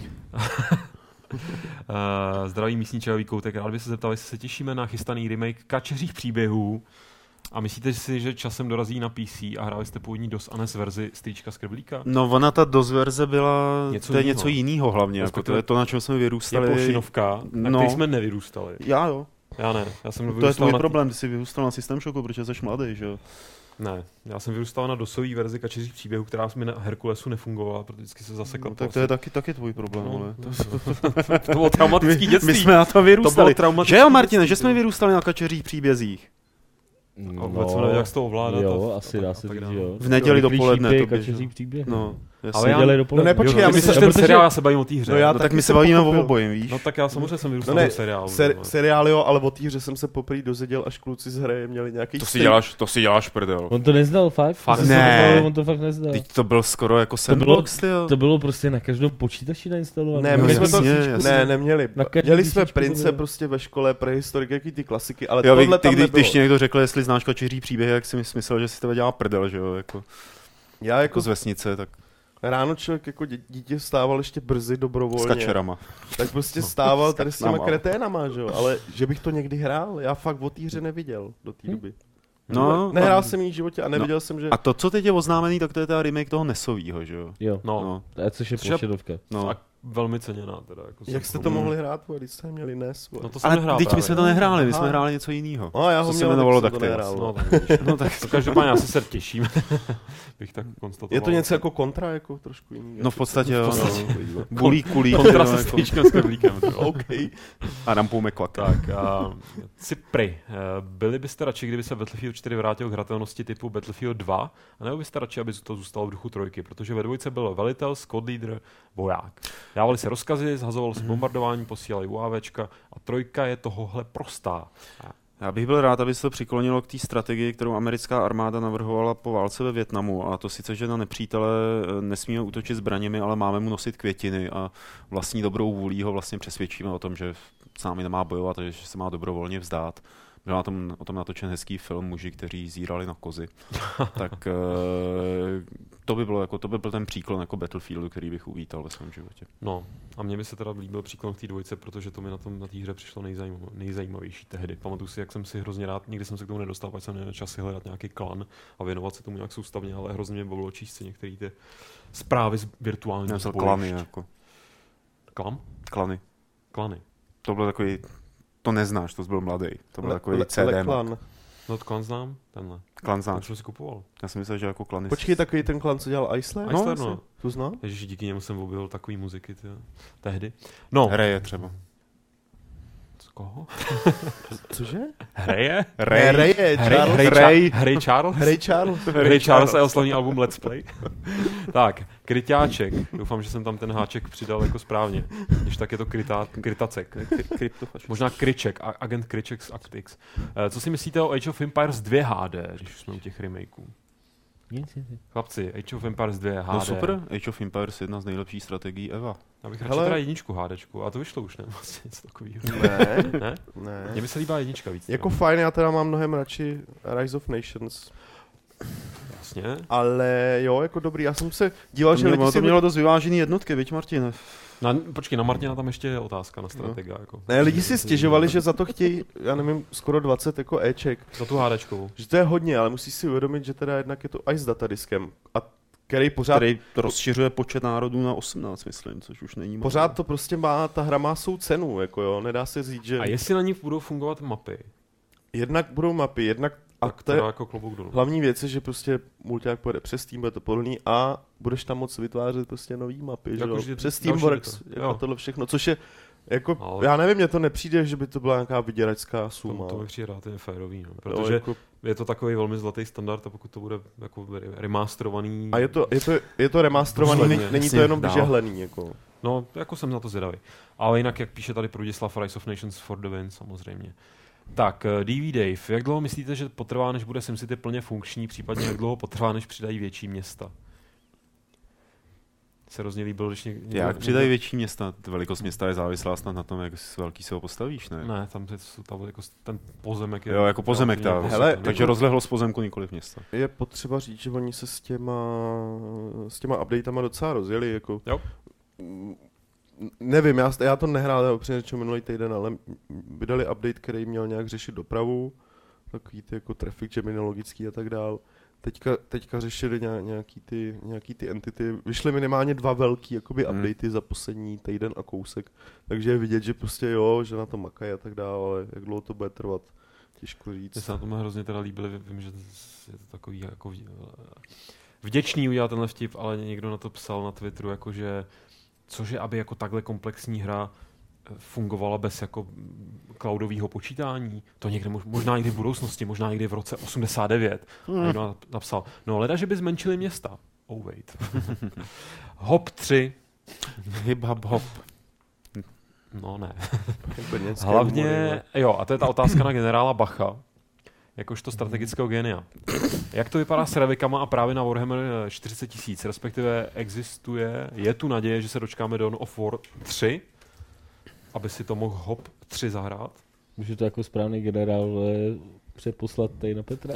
Zdravý místní čajový koutek, rád by se zeptal, jestli se těšíme na chystaný remake Kačeřích příběhů a myslíte si, že časem dorazí na PC a hráli jste původní DOS a NES verzi Strýčka z Krblíka? No ona ta DOS verze byla, to je něco jiného hlavně, jako to je to, na čem jsme vyrůstali. Je plošinovka, na který jsme nevyrůstali. Jo. Já ne, já jsem to je tvůj problém, ty jsi vyrůstal na System Shocku, protože jsi mladý, že jo? Ne, já jsem vyrůstal na DOSový verzi Kačeřích příběhů, která mi na Herkulesu nefungovala, protože vždycky se zasekla. No, tak to je taky tvůj problém, ale. To bylo traumatický dětství. My jsme na to vyrůstali. Že jo, Martine, že jsme dětství. Vyrůstali na Kačeřích příbězích. No, vůbec jsem nevěděl, jak se to ovládat. Jo, asi dá se říct, jo. V neděli dopoledne to Kačeří příběh. No, ale já neděli dopoledne. No ne, počkej, já myslím, že ten seriál, já se bavím o té hře. No, tak my se bavíme o obojím, víš? No tak já samozřejmě jsem vyrůstal v seriálu. Seriál jo, ale o té hře jsem se poprvé dozvěděl, až kluci z hry měli nějaký To si děláš prdel. On to neznal fakt? Ne. On to fakt neznal. Teď to byl skoro jako sandbox, to bylo prostě na každém počítači nainstalované. Ne, my jsme to neměli. Měli jsme písničku Prince prostě ve škole, prehistorik, jaký ty klasiky, ale jo, tohle tam nebylo. Když někdo řekl, jestli znáš Kačeří příběhy, jak si myslel, že si tebe dělá prdel, že jo, jako. Já jako z vesnice, tak ráno člověk jako dítě vstával ještě brzy dobrovolně. S kačerama. Tak prostě stával tady s těma kreténama, že jo, ale že bych to někdy hrál, já fakt o té hře neviděl do té doby. No, nehrál jsem jí v životě a neviděl jsem, že... A to, co teď je oznámený, tak to je ta remake toho NESovýho, že jo? Jo, no. Což je plošinovka. No. A velmi ceněná teda. Jako jak jste to mohli hrát, když jste měli NES? No to jsem ale nehrál teď právě. my jsme to nehráli, my jsme hráli něco jiného. Já ho se jmenovalo DuckTales. No tak každopádně já se těším. Bych tak konstatoval. Je to něco jako kontra, jako trošku jiný? No v podstatě jo. Bulík, kulík. Kontra se Strýčkem s Krblíkem. OK. A Rampou McQuack. Tak Cipry. Byli byste radši, kdyby se Battlefield 4 vrátil k hratelnosti typu Battlefield 2, anebo byste radši, aby to zůstalo v duchu trojky, protože ve dvojce byl velitel, squad leader, voják. Dávali se rozkazy, zhazovalo se bombardování, posílali UAVčka a trojka je tohohle prostá. Já bych byl rád, aby se to přiklonilo k té strategii, kterou americká armáda navrhovala po válce ve Vietnamu, a to sice, že na nepřítele nesmíme útočit zbraněmi, ale máme mu nosit květiny a vlastní dobrou vůlí ho vlastně přesvědčíme o tom, že s námi nemá bojovat, že se má dobrovolně vzdát. byl o tom natočen hezký film Muži, kteří zírali na kozy. Tak to by byl ten příklon jako Battlefieldu, který bych uvítal ve svém životě. No, a mně by se teda líbil příklon k té dvojce, protože to mi na té hře přišlo nejzajímavější tehdy. Pamatuju si, jak jsem si hrozně rád, nikdy jsem se k tomu nedostal, pak jsem neměl čas si hledat nějaký klan a věnovat se tomu nějak soustavně, ale hrozně mě bavilo číst si některé ty zprávy z virtuálního zbojišť. Klany jako. Klany. To byl takový, to neznáš, to byl mladý. To byl takový CD. Klan. No klan znám, tenhle. Klan znáš. To jsem si kupoval. Já jsem myslel, že jako klany. Počkej, takový ten klan, co dělal Iceland? No. Tu znám? Ježiši, díky němu jsem objevil takový muziky tehdy. No. Hraje třeba. Koho? Cože? Hraje? Ray Charles. Ray Charles a jeho slavný album Let's Play. Tak, kryťáček. Doufám, že jsem tam ten háček přidal jako správně. Když tak je to krytacek. Možná kryček, agent kryček z Actix. Co si myslíte o Age of Empires 2 HD, když jsme u těch remakeů? Chlapci, Age of Empires 2 HD. No super, Age of Empires je jedna z nejlepších strategií Eva. Já bych radši teda jedničku HDčku, a to vyšlo už, ne? Vlastně něco takového. Ne? Mně by se líbá jednička víc. Jako fajn, já teda mám mnohem radši Rise of Nations. Jasně. Ale jo, jako dobrý, já jsem se díval, že lidi to mělo dost vyvážený jednotky, viď Martin? Počkej, na Martina tam ještě je otázka na strategia. Jako. Ne, lidi si stěžovali, že za to chtějí, já nevím, skoro 20 jako Eček. Za tu HDčkovou. Že to je hodně, ale musíš si uvědomit, že teda jednak je to i s datadiskem. A který rozšiřuje počet národů na 18, myslím, což už není moc. Pořád to prostě má, ta hra má svou cenu, jako jo, nedá se říct, že... A jestli na ní budou fungovat mapy? Jednak budou mapy, jednak... A to je jako klobouk dolů. Hlavní věc je, že prostě mulťák pojede přes Steam, bude to pohodlný a budeš tam moc vytvářet prostě nový mapy, jako, že jo? Přes Steamworks, jako tohle všechno, což je jako, ale... já nevím, mně to nepřijde, že by to byla nějaká vyděračská suma. To mi přijde relativně férový, no. Protože jako... je to takový velmi zlatý standard a pokud to bude jako remasterovaný... A je to remasterovaný, není to jenom vyžehlený, jako. No, jako jsem na to zvědavý. Ale jinak, jak píše tady Prudislav, Rise of Nations for the win, samozřejmě. Tak, DV Dave, jak dlouho myslíte, že potrvá, než bude SimCity plně funkční, případně jak dlouho potrvá, než přidají větší města? Se hrozně líbil, když Jak přidají větší města? Velikost města je závislá snad na tom, jak velký se ho postavíš, ne? Ne, tam jako ten pozemek je... Jo, jako pozemek, takže rozlehlost pozemku, nikoliv města. Je potřeba říct, že oni se s těma updatama docela rozjeli, jako... Jo. Nevím, já to nehrál, přinečo minulý týden, ale vydali update, který měl nějak řešit dopravu, takový ty jako traffic jamy nelogický a tak dál. Teďka řešili nějaký ty entity, vyšly minimálně 2 velký jakoby updaty za poslední týden a kousek, takže je vidět, že prostě jo, že na to makají a tak dál, ale jak dlouho to bude trvat, těžko říct. Mně se na tom hrozně teda líbili, vím, že je to takový jako vděčný udělat tenhle vtip, ale někdo na to psal na Twitteru, jakože cože, aby jako takhle komplexní hra fungovala bez jako cloudového počítání. To někde možná někdy v budoucnosti, možná někdy v roce 89. A někdo napsal, no leda, že by zmenšili města. Oh wait. Hop 3. Hip hop hop. No ne. Hlavně, jo, a to je ta otázka na generála Bacha. Jakožto strategického génia. Jak to vypadá s revikama a právě na Warhammer 40 000, respektive je tu naděje, že se dočkáme Dawn of War 3, aby si to mohl Hop 3 zahrát? Můžu to jako správný generál přeposlat tady na Petra?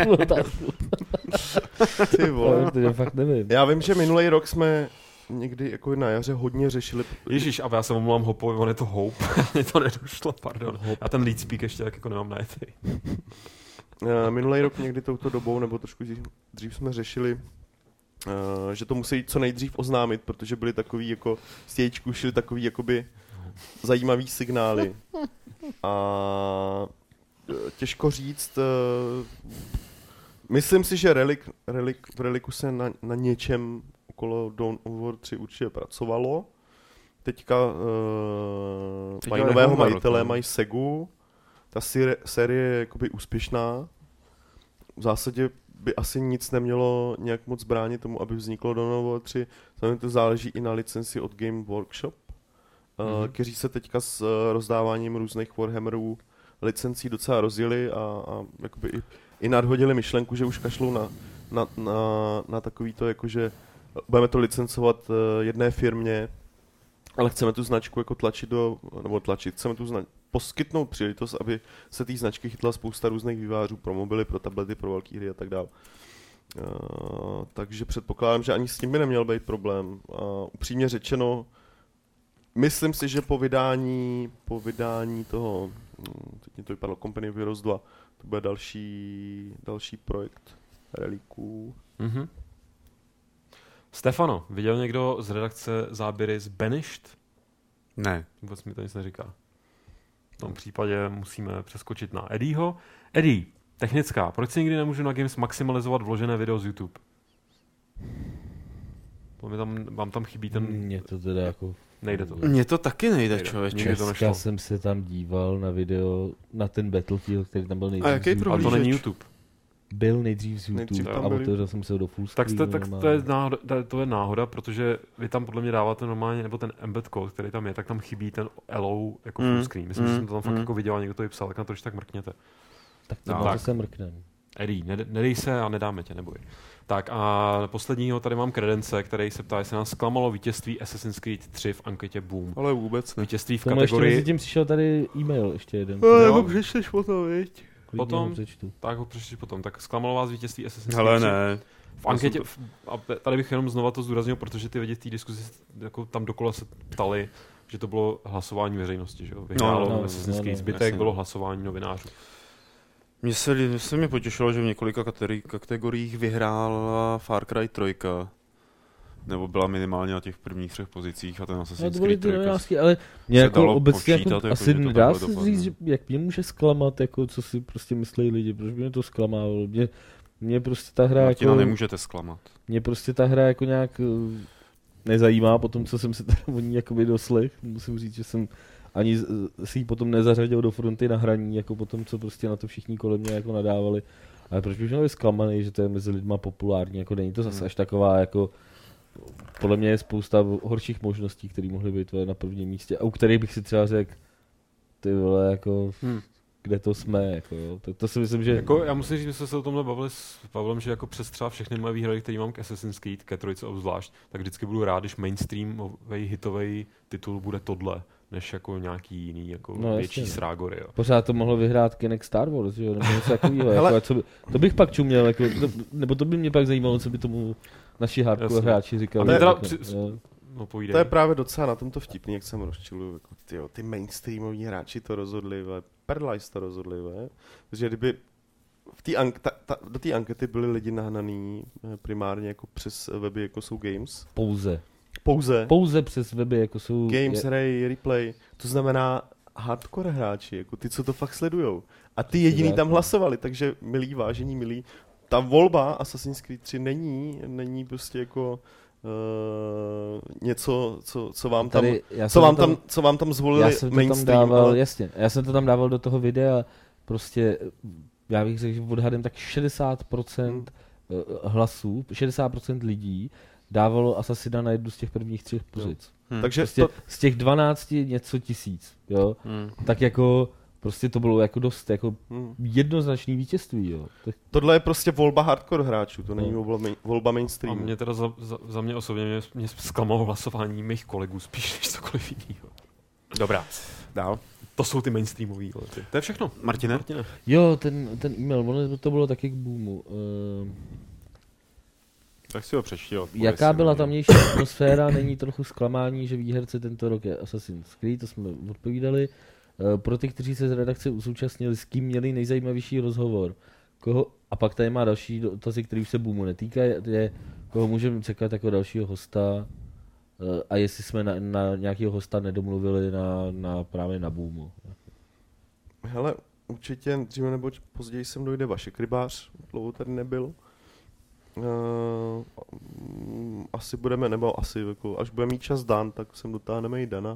Ty vole. To fakt nevím. Já vím, že minulý rok jsme někdy jako na jaře hodně řešili... Ježíš, a já se omlouvám Hopovi, on je to Hope. Mně to nedošlo, pardon. Já ten lead speak ještě tak jako nemám najetý. Minulý rok někdy touto dobou, nebo trošku dřív jsme řešili, že to musí co nejdřív oznámit, protože byly takový jako stějčku, šly takový jakoby zajímavý signály. A těžko říct, myslím si, že v Reliku se na něčem okolo Dawn of War 3 určitě pracovalo. Teďka mají nového majitele, mají Segu. Ta série je jakoby úspěšná. V zásadě by asi nic nemělo nějak moc bránit tomu, aby vzniklo Dawn of War 3. Samozřejmě to záleží i na licenci od Game Workshop, kteří se teďka s rozdáváním různých Warhammerů licencí docela rozjeli a jakoby i nadhodili myšlenku, že už kašlou na takový to, jakože budeme to licencovat jedné firmě, ale chceme tu značku jako chceme tu poskytnout příležitost, aby se té značky chytla spousta různých vývářů pro mobily, pro tablety, pro velké hry a tak dále. Takže předpokládám, že ani s tím by neměl být problém. Upřímně řečeno, myslím si, že po vydání toho, teď mi to vypadlo, Company of Heroes 2, to bude další projekt reliků. Mm-hmm. Stefano, viděl někdo z redakce záběry z Banished? Ne. Vůbec mi to nic neříká. V tom případě musíme přeskočit na Eddieho. Eddie, technická. Proč si nikdy nemůžu na Games maximalizovat vložené video z YouTube? Vám tam chybí ten... Mně to teda jako... Nejde to. Mně to taky nejde, člověče. Dneska jsem se tam díval na video, na ten Battlefield, který tam byl nejdřív. A jaký Ale to není YouTube. Byl nejdřív z YouTube a otevřel jsem se ho do full screenu. Tak to je náhoda, protože vy tam podle mě dáváte normálně, nebo ten embed code, který tam je, tak tam chybí ten allow jako full screen. Myslím, že jsem to tam fakt jako viděl a někdo to i psal, tak na to, když tak mrkněte. Tak to se mrknem. Eddie, nedej se a nedáme tě, neboj. Tak a posledního tady mám Kredence, který se ptá, jestli nás zklamalo vítězství Assassin's Creed 3 v anketě Boom. Ale vůbec ne. Vítězství v kategorii... kategorii... Ještě mezi tím přišel tady e-mail, ještě jeden. Ale přečteš potom, viď? Potom, tak ho přečteš potom. Tak zklamalo vás vítězství Assassin's Creed 3? Hele ne. V anketě, a tady bych jenom znova to zdůraznil, protože ty lidi v té diskuzi jako tam dokola se ptali, že to bylo hlasování veřejnosti, že jo? Vyhrálo Assassin's Creed, zbytek bylo hlasování novinářů. Mně se mi potěšilo, že v několika kategoriích vyhrála Far Cry 3. Nebo byla minimálně na těch prvních 3 pozicích a ten Assassin's Creed 3. Ale mě jako obecně počítat, jako, jako, asi nedá se dopadne. říct, že jak mě může zklamat, jako co si prostě myslí lidi, proč by mě to zklamávalo. Mě prostě ta hra Martina jako... nemůžete zklamat. Mě prostě ta hra jako nějak nezajímá po tom, co jsem se teda o ní jakoby doslech. Musím říct, že jsem ani si ji potom nezařadil do fronty na hraní, jako potom, co prostě na to všichni kolem mě jako nadávali. Ale proč bych měl být zklamaný, že to je mezi lidma populární, jako není to zase až taková jako... Podle mě je spousta horších možností, které mohly být na prvním místě a u kterých bych si třeba řekl, ty vole, jako... kde to jsme, jako jo. To si myslím, že... Jako, já musím říct, že jsme se o tomhle bavili s Pavlem, že jako přes třeba všechny moje výhrady, které mám k Assassin's Creed, ke 3 obzvlášť, tak vždycky budu rád, když mainstreamový hitový titul bude tohle, než jako nějaký jiný, jako větší srágory, jo. Pořád to mohlo vyhrát Kinect Star Wars, jo, nebo něco takového, jako, to bych pak čuměl, jako, nebo to by mě pak zajímalo, co by tomu naši hardcore hráči říkali. No, to je právě docela na tomto vtipný, jak jsem rozčiluju, jako, ty mainstreamoví hráči to rozhodli, Perlice to rozhodli, protože kdyby do té ankety byli lidi nahnaný primárně jako přes weby, jako jsou Games. Pouze přes weby, jako jsou... Games, Ray, Replay, to znamená hardcore hráči, jako ty, co to fakt sledujou. A ty jediný tam hlasovali, takže milí, ta volba Assassin's Creed 3 není prostě jako... něco, co vám tam, tady, co vám tam zvolili mainstream. Jasně, já jsem to tam dával do toho videa, prostě, já bych řekl, že odhadem tak 60% hlasů, 60% lidí dávalo Assassina na jednu z těch prvních 3 pozic. Takže prostě z těch 12 něco tisíc, jo, tak jako... Prostě to bylo jako dost jako jednoznačný vítězství, jo. Tohle je prostě volba hardcore hráčů, to není volba mainstreamu. A mě teda za mě osobně mě zklamalo hlasování mých kolegů spíš než cokoliv jiného. Dobrá, dál. To jsou ty mainstreamový. To je všechno. Martine? Jo, ten e-mail, to bylo taky k Boomu. Tak si ho přečtil. Jaká byla tamnější atmosféra, není trochu zklamání, že výherce tento rok je Assassin's Creed, to jsme odpovídali. Pro ty, kteří se z redakce usoučastnili, s kým měli nejzajímavější rozhovor. A pak tady má další dotazy, který už se Boomu netýká, je, koho můžeme čekat jako dalšího hosta a jestli jsme na nějakého hosta nedomluvili právě na Boomu. Hele, určitě dříve nebo později sem dojde Vašek Rybář, dlouho tady nebyl. Asi budeme, nebo asi jako, až bude mít čas Dan, tak sem dotáhneme i Dana.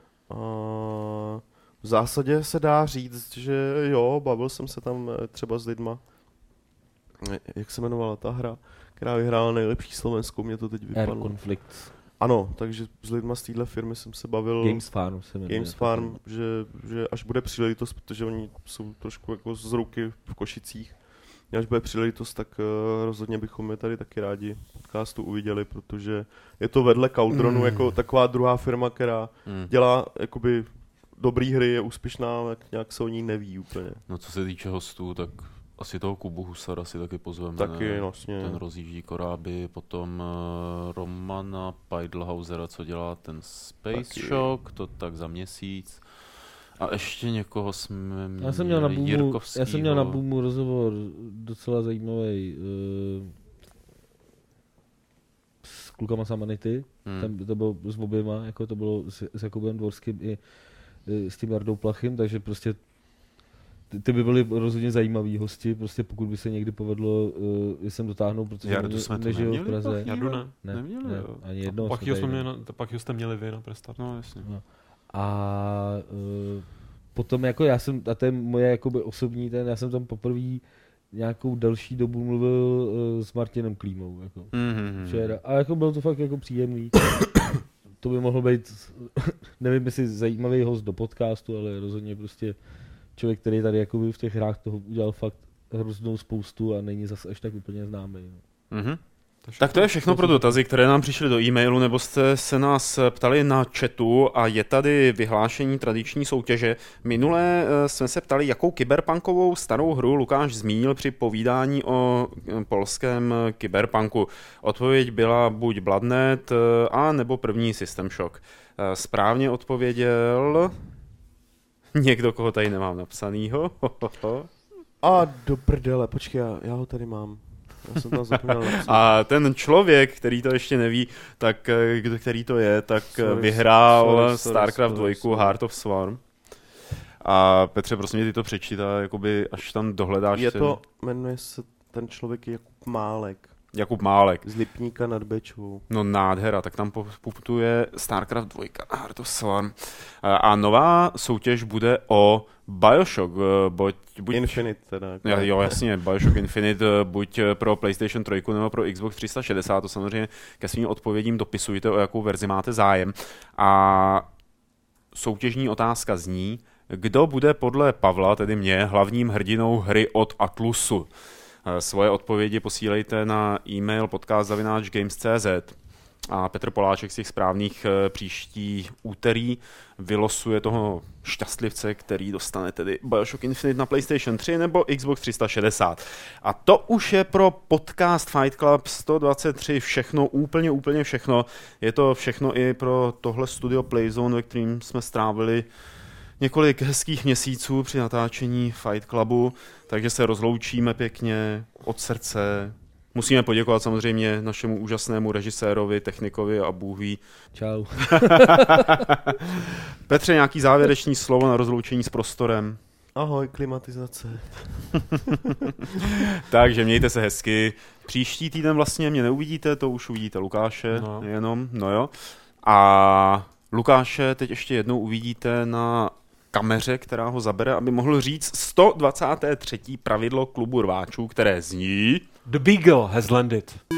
V zásadě se dá říct, že jo, bavil jsem se tam třeba s lidma, jak se jmenovala ta hra, která vyhrála nejlepší Slovenskou, mě to teď vypadlo. Air Conflict. Ano, takže s lidma z téhle firmy jsem se bavil. Games Farm se jmenuje. Games Farm, že až bude příležitost, protože oni jsou trošku jako z ruky v Košicích, až bude příležitost, tak rozhodně bychom je tady taky rádi podcastu uviděli, protože je to vedle Cauldronu jako taková druhá firma, která dělá jakoby dobrý hry, je úspěšná, tak nějak se o ní neví úplně. No co se týče hostů, tak asi toho Kubu Husara si taky pozveme. Taky, vlastně. Ten rozjíždí koráby, potom Romana Peidlhausera, co dělá ten Space Taky. Shock, to tak za měsíc. A ještě někoho jsme měli, Já jsem měl na Boomu rozhovor docela zajímavý s klukama z Amanity. Tam to bylo s oběma, jako to bylo s Jakubem Dvorským i s tím Jardou Plachým, takže prostě ty by byly rozhodně zajímaví hosti, prostě pokud by se někdy povedlo jsem dotáhnout, protože Jardu jsme to nežijou v neměli? Praze. Jardu ne. Neměli, jo. Ani jednoho Pak jste měli vy na Prestart. No jasně. No. A potom jako a to je moje jakoby osobní já jsem tam poprvé nějakou další dobu mluvil s Martinem Klímou, jako včera. A jako bylo to fakt jako příjemný. To by mohl být, nevím jestli zajímavý host do podcastu, ale rozhodně prostě člověk, který tady jakoby v těch hrách toho udělal fakt hroznou spoustu a není zase až tak úplně známý. No. Mm-hmm. Tak to je všechno pro dotazy, které nám přišly do e-mailu, nebo jste se nás ptali na chatu a je tady vyhlášení tradiční soutěže. Minule jsme se ptali, jakou kyberpunkovou starou hru Lukáš zmínil při povídání o polském kyberpunku. Odpověď byla buď Bloodnet, a nebo první System Shock. Správně odpověděl někdo, koho tady nemám napsanýho. A do prdele, počkej, já ho tady mám. Já jsem tam zapomněl napsat. A ten člověk, který to ještě neví, tak který to je, tak vyhrál StarCraft 2 Heart of Swarm. A Petře, prosím, ty to přečti, jakoby, až tam dohledáš. Jmenuje se ten člověk Jakub Málek. Jakub Málek. Z Lipníka nad Bečvou. No nádhera, tak tam poputuje StarCraft 2 Heart of Swarm. A nová soutěž bude o BioShock, buď Infinite teda. Jo, jasně, BioShock Infinite, buď pro PlayStation 3 nebo pro Xbox 360, to samozřejmě ke svým odpovědím dopisujte, o jakou verzi máte zájem. A soutěžní otázka zní, kdo bude podle Pavla, tedy mě, hlavním hrdinou hry od Atlusu. Svoje odpovědi posílejte na e-mail podcast@games.cz a Petr Poláček z těch správných příští úterý vylosuje toho šťastlivce, který dostane tedy BioShock Infinite na PlayStation 3 nebo Xbox 360. A to už je pro podcast Fight Club 123 všechno, úplně všechno. Je to všechno i pro tohle studio Playzone, ve kterým jsme strávili několik hezkých měsíců při natáčení Fight Clubu, takže se rozloučíme pěkně od srdce. Musíme poděkovat samozřejmě našemu úžasnému režisérovi, technikovi a Bůh ví. Čau. Petře, nějaký závěrečný slovo na rozloučení s prostorem? Ahoj, klimatizace. Takže mějte se hezky. Příští týden vlastně mě neuvidíte, to už uvidíte Lukáše, jenom, no jo. A Lukáše teď ještě jednou uvidíte na kameře, která ho zabere, aby mohl říct 123. pravidlo klubu rváčů, které zní: The Beagle has landed.